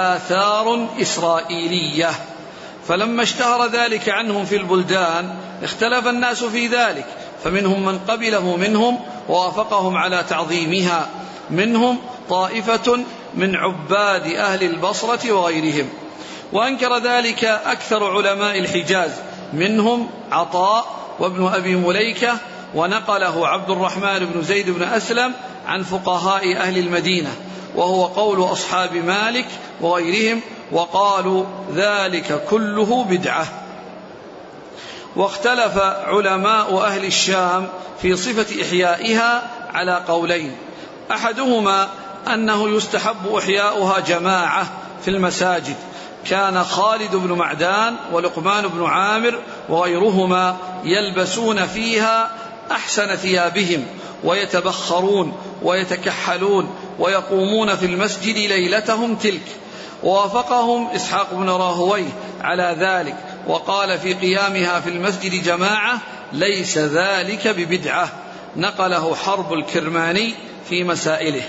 آثار إسرائيلية، فلما اشتهر ذلك عنهم في البلدان اختلف الناس في ذلك، فمنهم من قبله منهم ووافقهم على تعظيمها، منهم طائفة من عباد أهل البصرة وغيرهم. وأنكر ذلك أكثر علماء الحجاز، منهم عطاء وابن أبي مليكة، ونقله عبد الرحمن بن زيد بن أسلم عن فقهاء أهل المدينة، وهو قول أصحاب مالك وغيرهم، وقالوا ذلك كله بدعة. واختلف علماء أهل الشام في صفة إحيائها على قولين: أحدهما أنه يستحب إحياؤها جماعة في المساجد، كان خالد بن معدان ولقمان بن عامر وغيرهما يلبسون فيها أحسن ثيابهم ويتبخرون ويتكحلون ويقومون في المسجد ليلتهم تلك. ووافقهم إسحاق بن راهويه على ذلك، وقال في قيامها في المسجد جماعة ليس ذلك ببدعة، نقله حرب الكرماني في مسائله.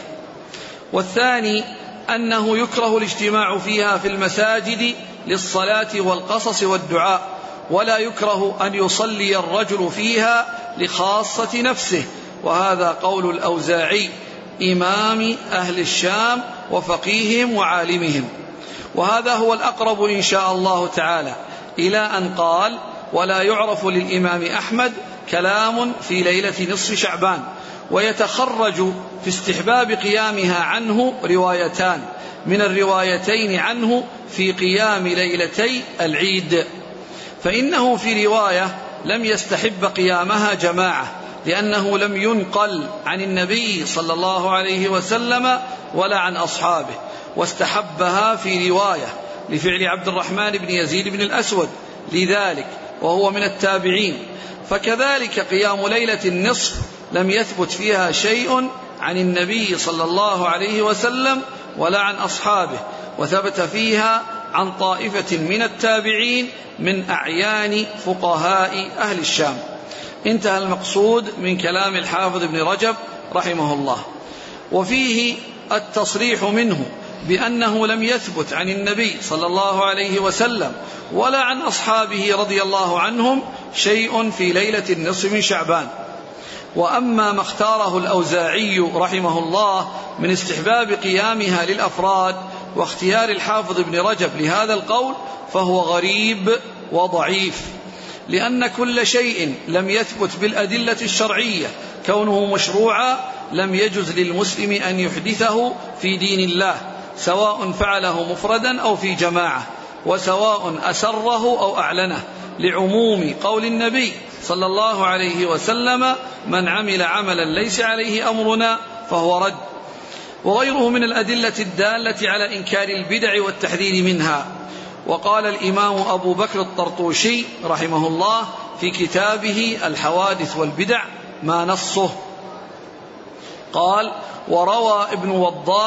والثاني أنه يكره الاجتماع فيها في المساجد للصلاة والقصص والدعاء، ولا يكره أن يصلي الرجل فيها لخاصة نفسه، وهذا قول الأوزاعي إمام أهل الشام وفقيهم وعالمهم، وهذا هو الأقرب إن شاء الله تعالى، إلى أن قال: ولا يعرف للإمام أحمد كلام في ليلة نصف شعبان. ويتخرج في استحباب قيامها عنه روايتان، من الروايتين عنه في قيام ليلتي العيد، فإنه في رواية لم يستحب قيامها جماعة، لأنه لم ينقل عن النبي صلى الله عليه وسلم ولا عن أصحابه، واستحبها في رواية لفعل عبد الرحمن بن يزيد بن الأسود لذلك، وهو من التابعين. فكذلك قيام ليلة النصف لم يثبت فيها شيء عن النبي صلى الله عليه وسلم ولا عن أصحابه، وثبت فيها عن طائفة من التابعين من أعيان فقهاء أهل الشام. انتهى المقصود من كلام الحافظ ابن رجب رحمه الله. وفيه التصريح منه بأنه لم يثبت عن النبي صلى الله عليه وسلم ولا عن أصحابه رضي الله عنهم شيء في ليلة النصف من شعبان. وأما ما اختاره الأوزاعي رحمه الله من استحباب قيامها للأفراد واختيار الحافظ ابن رجب لهذا القول فهو غريب وضعيف، لأن كل شيء لم يثبت بالأدلة الشرعية كونه مشروعا لم يجز للمسلم أن يحدثه في دين الله، سواء فعله مفردا أو في جماعة، وسواء أسره أو أعلنه، لعموم قول النبي صلى الله عليه وسلم: من عمل عملا ليس عليه أمرنا فهو رد، وغيره من الأدلة الدالة على إنكار البدع والتحذير منها. وقال الإمام أبو بكر الطرطوشي رحمه الله في كتابه الحوادث والبدع ما نصه، قال: وروى ابن وضاح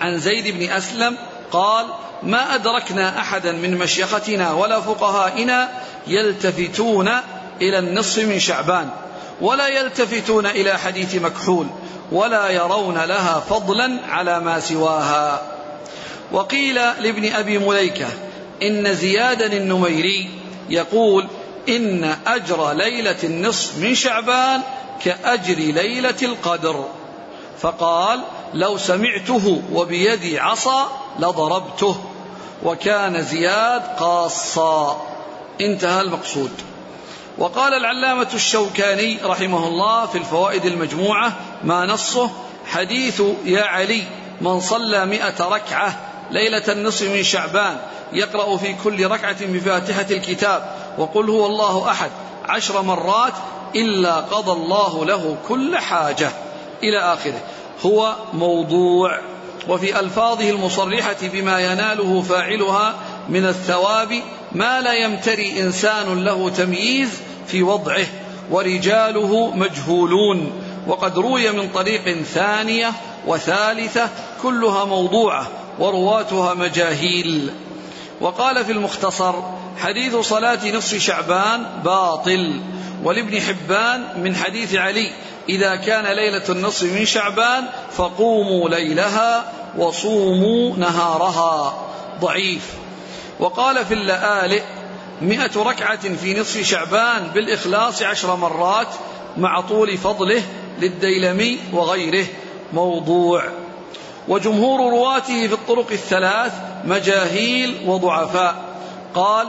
عن زيد بن أسلم قال: ما أدركنا أحدا من مشيختنا ولا فقهائنا يلتفتون إلى النصف من شعبان، ولا يلتفتون إلى حديث مكحول، ولا يرون لها فضلا على ما سواها. وقيل لابن أبي مليكة إن زيادا النميري يقول: إن أجر ليلة النصف من شعبان كأجر ليلة القدر، فقال: لو سمعته وبيدي عصا لضربته. وكان زياد قاصا. انتهى المقصود. وقال العلامة الشوكاني رحمه الله في الفوائد المجموعة ما نصه: حديث يا علي من صلى 100 ركعة ليلة النصف من شعبان يقرأ في كل ركعة بفاتحة الكتاب وقل هو الله أحد 10 مرات إلا قضى الله له كل حاجة إلى آخره، هو موضوع. وفي ألفاظه المصرحة بما يناله فاعلها من الثواب ما لا يمتري إنسان له تمييز في وضعه، ورجاله مجهولون، وقد روي من طريق ثانية وثالثة كلها موضوعة ورواتها مجاهيل. وقال في المختصر: حديث صلاة نصف شعبان باطل. ولابن حبان من حديث علي: إذا كان ليلة النصف من شعبان فقوموا ليلها وصوموا نهارها، ضعيف. وقال في اللآلئ: 100 ركعة في نصف شعبان بالإخلاص 10 مرات مع طول فضله للديلمي وغيره، موضوع. وجمهور رواته في الطرق الثلاث مجاهيل وضعفاء. قال: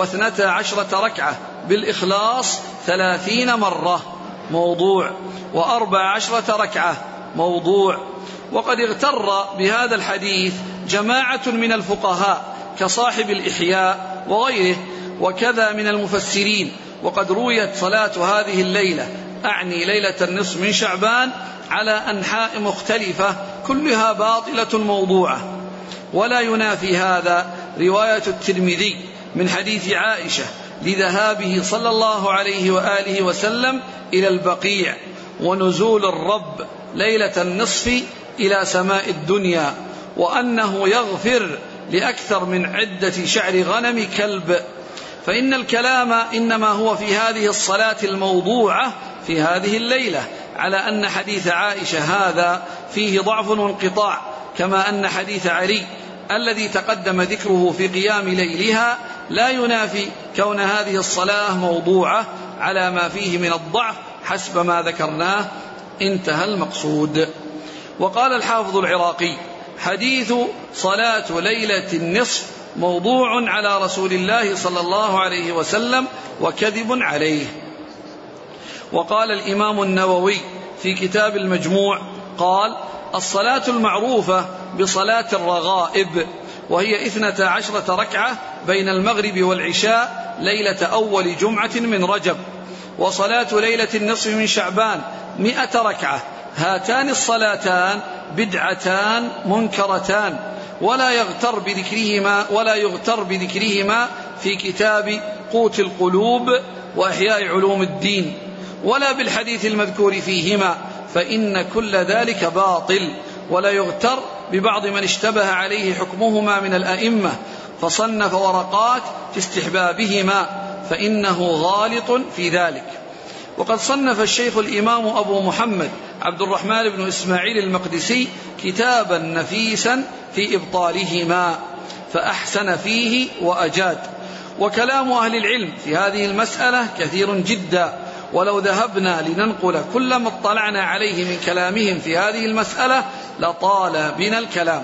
12 ركعة بالإخلاص 30 مرة، موضوع. 14 ركعة، موضوع. وقد اغتر بهذا الحديث جماعة من الفقهاء كصاحب الإحياء وغيره، وكذا من المفسرين. وقد رويت صلاة هذه الليلة، أعني ليلة النصف من شعبان، على أنحاء مختلفة كلها باطلة موضوعة. ولا ينافي هذا رواية الترمذي من حديث عائشة لذهابه صلى الله عليه وآله وسلم إلى البقيع ونزول الرب ليلة النصف إلى سماء الدنيا، وأنه يغفر لأكثر من عدة شعر غنم كلب. فإن الكلام إنما هو في هذه الصلاة الموضوعة في هذه الليلة، على أن حديث عائشة هذا فيه ضعف وانقطاع، كما أن حديث علي الذي تقدم ذكره في قيام ليلها لا ينافي كون هذه الصلاة موضوعة على ما فيه من الضعف حسب ما ذكرناه. انتهى المقصود. وقال الحافظ العراقي: حديث صلاة ليلة النصف موضوع على رسول الله صلى الله عليه وسلم وكذب عليه. وقال الإمام النووي في كتاب المجموع قال: الصلاة المعروفة بصلاة الرغائب، وهي 12 ركعة بين المغرب والعشاء ليلة أول جمعة من رجب. وصلاة ليلة النصف من شعبان 100 ركعة. هاتان الصلاتان بدعتان منكرتان، ولا يغتر بذكرهما في كتاب قوت القلوب وإحياء علوم الدين، ولا بالحديث المذكور فيهما، فإن كل ذلك باطل. ولا يغتر ببعض من اشتبه عليه حكمهما من الأئمة فصنف ورقات في استحبابهما، فإنه غالط في ذلك. وقد صنف الشيخ الإمام أبو محمد عبد الرحمن بن إسماعيل المقدسي كتابا نفيسا في إبطالهما، فأحسن فيه وأجاد. وكلام أهل العلم في هذه المسألة كثير جدا، ولو ذهبنا لننقل كل ما اطلعنا عليه من كلامهم في هذه المسألة لطال بنا الكلام،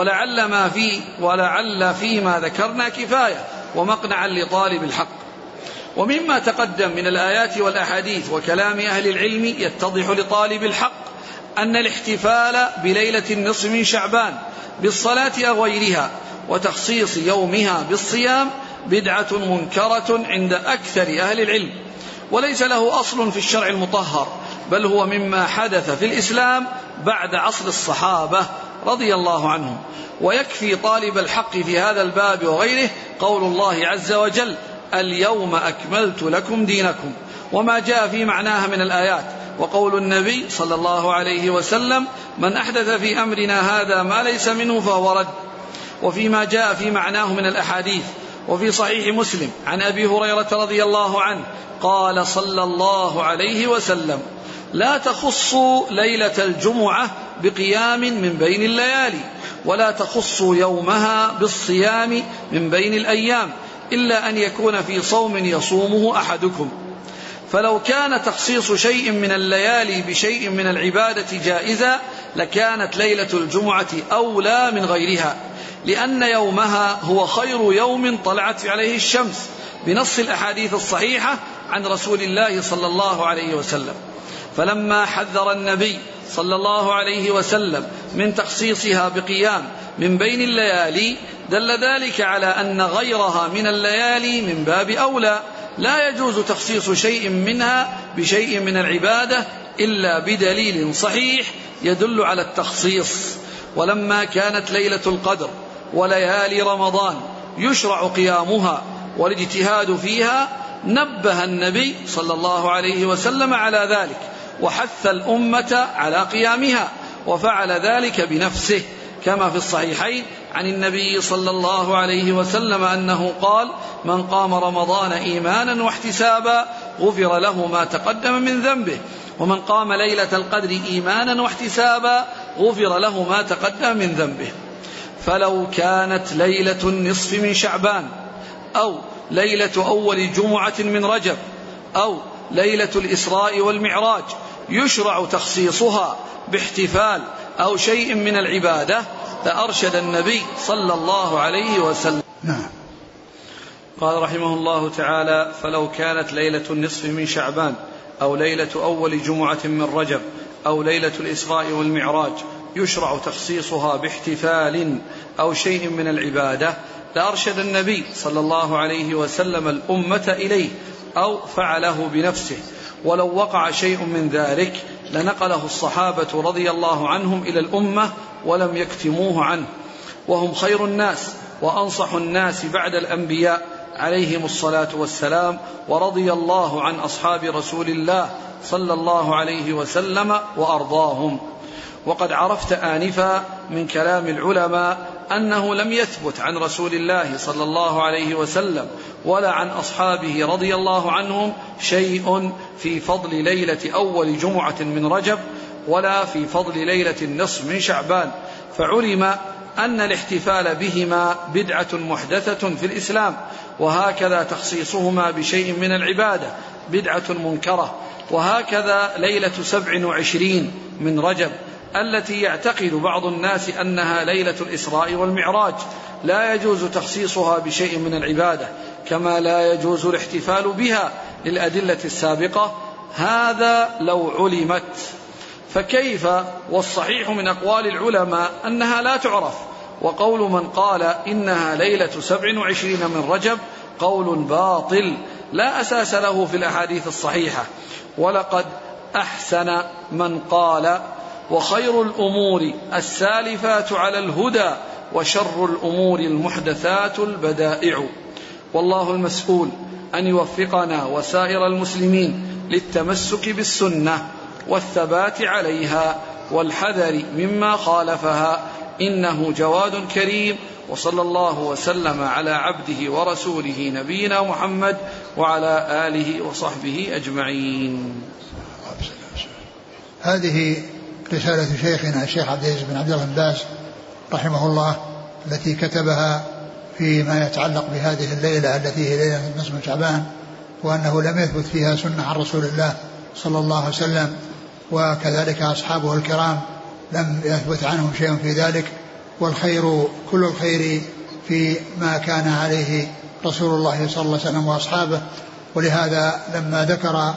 ولعل فيما ذكرنا كفاية ومقنعا لطالب الحق. ومما تقدم من الآيات والأحاديث وكلام أهل العلم يتضح لطالب الحق أن الاحتفال بليلة النصف من شعبان بالصلاة أو غيرها وتخصيص يومها بالصيام بدعة منكرة عند أكثر أهل العلم، وليس له أصل في الشرع المطهر، بل هو مما حدث في الإسلام بعد عصر الصحابة رضي الله عنهم. ويكفي طالب الحق في هذا الباب وغيره قول الله عز وجل: اليوم أكملت لكم دينكم، وما جاء في معناها من الآيات، وقول النبي صلى الله عليه وسلم: من أحدث في أمرنا هذا ما ليس منه فهو رد. وفيما جاء في معناه من الأحاديث. وفي صحيح مسلم عن أبي هريرة رضي الله عنه قال صلى الله عليه وسلم: لا تخصوا ليلة الجمعة بقيام من بين الليالي، ولا تخصوا يومها بالصيام من بين الأيام، إلا أن يكون في صوم يصومه أحدكم. فلو كان تخصيص شيء من الليالي بشيء من العبادة جائزا لكانت ليلة الجمعة أولى من غيرها، لأن يومها هو خير يوم طلعت عليه الشمس بنص الأحاديث الصحيحة عن رسول الله صلى الله عليه وسلم. فلما حذر النبي صلى الله عليه وسلم من تخصيصها بقيام من بين الليالي دل ذلك على أن غيرها من الليالي من باب أولى، لا يجوز تخصيص شيء منها بشيء من العبادة إلا بدليل صحيح يدل على التخصيص. ولما كانت ليلة القدر وليالي رمضان يشرع قيامها والاجتهاد فيها نبه النبي صلى الله عليه وسلم على ذلك وحث الأمة على قيامها، وفعل ذلك بنفسه كما في الصحيحين عن النبي صلى الله عليه وسلم أنه قال: من قام رمضان إيمانا واحتسابا غفر له ما تقدم من ذنبه، ومن قام ليلة القدر إيمانا واحتسابا غفر له ما تقدم من ذنبه. فلو كانت ليلة النصف من شعبان أو ليلة أول جمعة من رجب أو ليلة الإسراء والمعراج يشرع تخصيصها باحتفال أو شيء من العبادة لأرشد النبي صلى الله عليه وسلم. قال رحمه الله تعالى: فلو كانت ليلة النصف من شعبان أو ليلة أول جمعة من رجب أو ليلة الإسراء والمعراج يشرع تخصيصها باحتفال أو شيء من العبادة لأرشد النبي صلى الله عليه وسلم الأمة إليه أو فعله بنفسه، ولو وقع شيء من ذلك لنقله الصحابة رضي الله عنهم إلى الأمة ولم يكتموه عنه، وهم خير الناس وأنصح الناس بعد الأنبياء عليهم الصلاة والسلام، ورضي الله عن أصحاب رسول الله صلى الله عليه وسلم وأرضاهم. وقد عرفت آنفا من كلام العلماء أنه لم يثبت عن رسول الله صلى الله عليه وسلم ولا عن أصحابه رضي الله عنهم شيء في فضل ليلة أول جمعة من رجب ولا في فضل ليلة النصف من شعبان، فعلم أن الاحتفال بهما بدعة محدثة في الإسلام، وهكذا تخصيصهما بشيء من العبادة بدعة منكرة. وهكذا ليلة 27 من رجب التي يعتقد بعض الناس أنها ليلة الإسراء والمعراج لا يجوز تخصيصها بشيء من العبادة، كما لا يجوز الاحتفال بها للأدلة السابقة، هذا لو علمت. فكيف والصحيح من أقوال العلماء أنها لا تعرف، وقول من قال إنها ليلة 27 من رجب قول باطل لا أساس له في الأحاديث الصحيحة. ولقد أحسن من قال: وخير الأمور السالفات على الهدى وشر الأمور المحدثات البدائع. والله المسؤول أن يوفقنا وسائر المسلمين للتمسك بالسنة والثبات عليها والحذر مما خالفها، إنه جواد كريم. وصلى الله وسلم على عبده ورسوله نبينا محمد وعلى آله وصحبه أجمعين. هذه رسالة شيخنا الشيخ عبد العزيز بن عبد الله بن باز رحمه الله التي كتبها فيما يتعلق بهذه الليلة التي هي ليلة النصف من شعبان، وأنه لم يثبت فيها سنة عن رسول الله صلى الله عليه وسلم، وكذلك أصحابه الكرام لم يثبت عنهم شيء في ذلك، والخير كل الخير في ما كان عليه رسول الله صلى الله عليه وسلم وأصحابه. ولهذا لما ذكر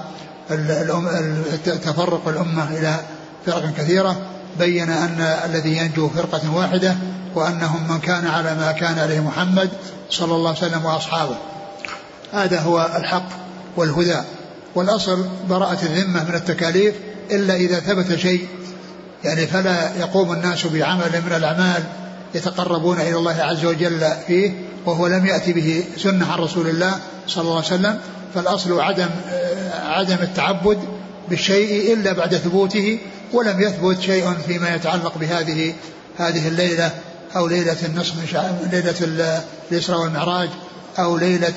تفرق الأمة إلى فرق كثيرة بين أن الذي ينجو فرقة واحدة، وأنهم من كان على ما كان عليه محمد صلى الله عليه وسلم وأصحابه. هذا هو الحق والهدى، والأصل براءة الذمة من التكاليف إلا إذا ثبت شيء، يعني فلا يقوم الناس بعمل من الأعمال يتقربون إلى الله عز وجل فيه وهو لم يأتي به سنة عن رسول الله صلى الله عليه وسلم. فالأصل عدم التعبد بالشيء إلا بعد ثبوته، ولم يثبت شيء فيما يتعلق هذه الليلة أو ليلة النصف من شعبان، ليلة الإسراء والمعراج، أو ليلة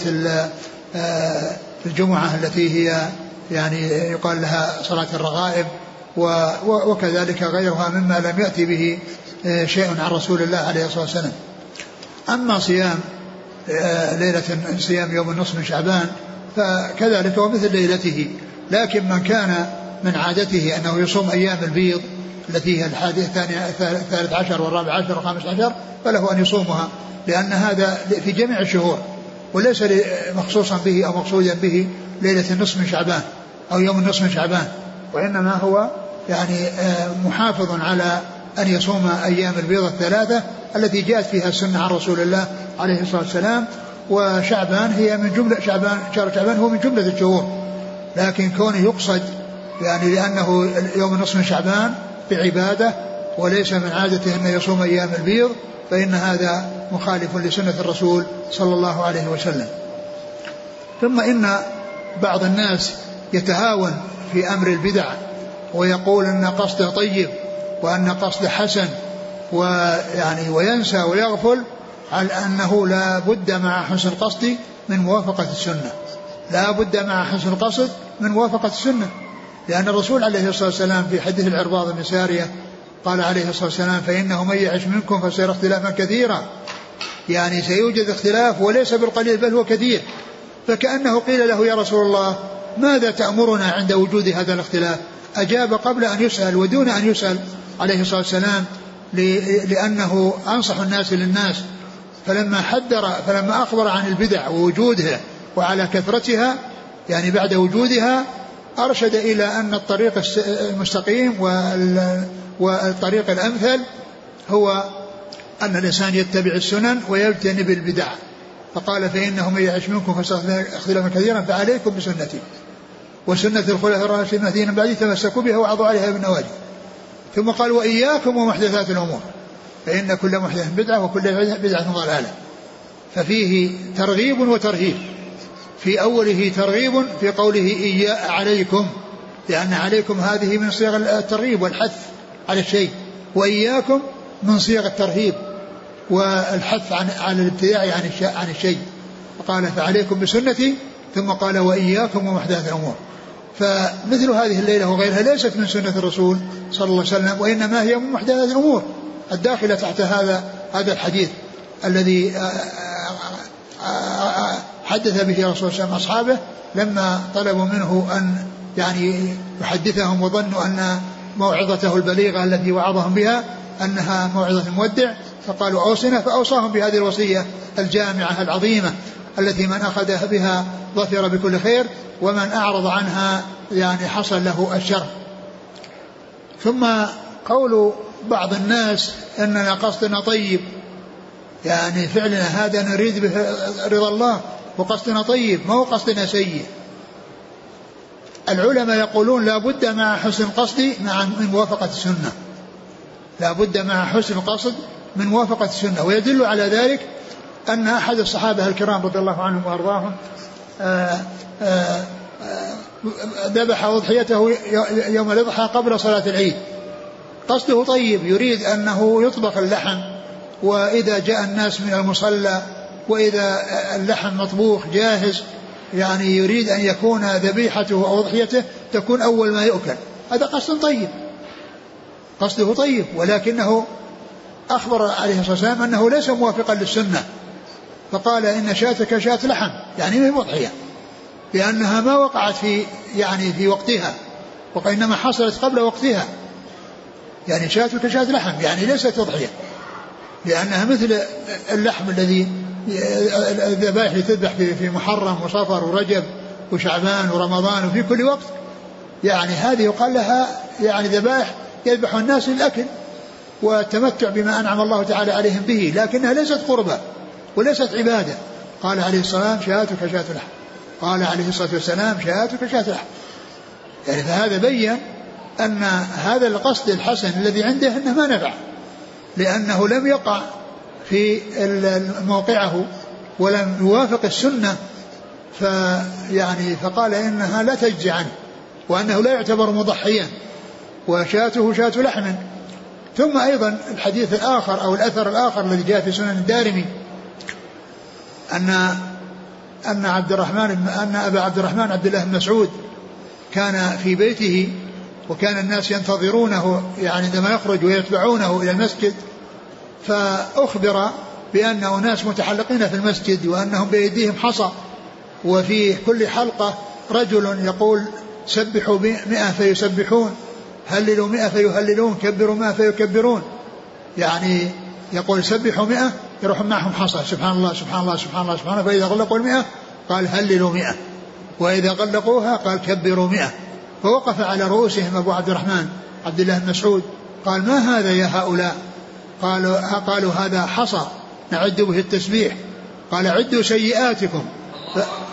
الجمعة التي هي يعني يقال لها صلاة الرغائب، وكذلك غيرها مما لم يأتي به شيء عن رسول الله عليه الصلاة والسلام. أما صيام يوم النصف من شعبان فكذلك هو مثل ليلته، لكن من كان من عادته أنه يصوم أيام البيض التي هي الثالث عشر والرابع عشر والخامس عشر فله أن يصومها، لأن هذا في جميع الشهور وليس مخصوصا به أو مقصودا به ليلة النصف من شعبان أو يوم النصف من شعبان، وإنما هو يعني محافظ على أن يصوم أيام البيض الثلاثة التي جاءت فيها السنة عن رسول الله عليه الصلاة والسلام. وشعبان هي من جملة شهر شعبان هو من جملة الشهور، لكن كونه يقصد يعني لأنه يوم النصف من شعبان بعبادة وليس من عادته أن يصوم أيام البيض، فإن هذا مخالف لسنة الرسول صلى الله عليه وسلم. ثم إن بعض الناس يتهاون في أمر البدع ويقول أن قصده طيب وأن قصده حسن، ويعني وينسى ويغفل على أنه لا بد مع حسن القصد من موافقة السنة، لا بد مع حسن القصد من موافقة السنة، لأن الرسول عليه الصلاة والسلام في حديث العرباض بن سارية قال عليه الصلاة والسلام فإنه من يعش منكم فسيرى اختلافا كثيرا، يعني سيوجد اختلاف وليس بالقليل بل هو كثير. فكأنه قيل له يا رسول الله ماذا تأمرنا عند وجود هذا الاختلاف؟ أجاب قبل أن يسأل ودون أن يسأل عليه الصلاة والسلام، لأنه أنصح الناس للناس، فلما أخبر عن البدع ووجودها وعلى كثرتها يعني بعد وجودها أرشد إلى أن الطريق المستقيم والطريق الأمثل هو أن الإنسان يتبع السنن ويجتنب البدع، فقال فإنه من يعش منكم فسيرى اختلافا كثيرا فعليكم بسنتي وسنة الخلفاء الراشدين المهديين من بعدي تمسكوا بها وعضوا عليها بالنواجذ. ثم قال وإياكم ومحدثات الأمور فإن كل محدث بدعة وكل بدعة ضلالة. ففيه ترغيب وترهيب، في أوله ترغيب في قوله عليكم، لأن عليكم هذه من صيغ الترغيب والحث على الشيء، وإياكم من صيغ الترهيب والحث على الابتداع عن الشيء، فقال فعليكم بسنتي ثم قال وإياكم ومحدثات الأمور. فمثل هذه الليلة وغيرها ليست من سنة الرسول صلى الله عليه وسلم، وإنما هي من محدثات الأمور الداخلة تحت هذا الحديث الذي حدث به رسول الله أصحابه لما طلبوا منه أن يعني يحدثهم وظنوا أن موعظته البليغة التي وعظهم بها أنها موعظة مودع، فقالوا أوصنا، فأوصاهم بهذه الوصية الجامعة العظيمة التي من أخذ بها ظفر بكل خير ومن أعرض عنها يعني حصل له الشر. ثم قول بعض الناس أننا قصدنا طيب، يعني فعلنا هذا نريد به رضا الله وقصدنا طيب ما هو قصدنا سيء. العلماء يقولون لا بد مع حسن القصد من موافقة السنة، لا بد مع حسن القصد من موافقة السنة. ويدل على ذلك أن أحد الصحابة الكرام رضي الله عنهم وأرضاهم ذبح أضحيته يوم الأضحى قبل صلاة العيد، قصده طيب، يريد أنه يطبخ اللحم، وإذا جاء الناس من المصلى وإذا اللحم مطبوخ جاهز يعني يريد أن يكون ذبيحته أو أضحيته تكون أول ما يؤكل. هذا قصد طيب، قصده طيب، ولكنه أخبر عليه الصلاة والسلام أنه ليس موافقا للسنة، فقال إن شاتك شات لحم، يعني من أضحية، لأنها ما وقعت في وقتها، وإنما حصلت قبل وقتها. يعني شاتك شات لحم يعني ليست أضحية، لأنها مثل اللحم الذي الذبائح اللي تذبح في محرم وصفر ورجب وشعبان ورمضان وفي كل وقت، يعني هذه يقال لها يعني ذبائح يذبح الناس للأكل والتمتع بما أنعم الله تعالى عليهم به، لكنها ليست قربة وليست عبادة. قال عليه الصلاة والسلام شاتك شات لحم، قال عليه الصلاة والسلام شاتك شات لحم، يعني فهذا بين أن هذا القصد الحسن الذي عنده أنه ما نفع، لأنه لم يقع في موقعه ولم يوافق السنة، فقال إنها لا تجزي عنه، وأنه لا يعتبر مضحيا وشاته شاة لحم. ثم أيضا الحديث الآخر أو الأثر الآخر الذي جاء في سنن الدارمي أن أبا عبد الرحمن عبد الله بن مسعود كان في بيته وكان الناس ينتظرونه يعني عندما يخرج ويتبعونه إلى المسجد، فأخبر بأن أناس متحلقين في المسجد وأنهم بأيديهم حصى، وفي كل حلقة رجل يقول سبحوا 100 فيسبحون، هللوا 100 فيهللون، كبروا 100 فيكبرون، يعني يقول سبحوا 100 يروح معهم حصى، سبحان الله سبحان الله سبحان الله سبحان الله، فإذا غلقوا 100 قال هللوا 100، وإذا غلقوها قال كبروا 100. فوقف على رؤوسهم أبو عبد الرحمن عبد الله بن مسعود قال ما هذا يا هؤلاء؟ قالوا هذا حصى نعد به التسبيح. قال عدوا سيئاتكم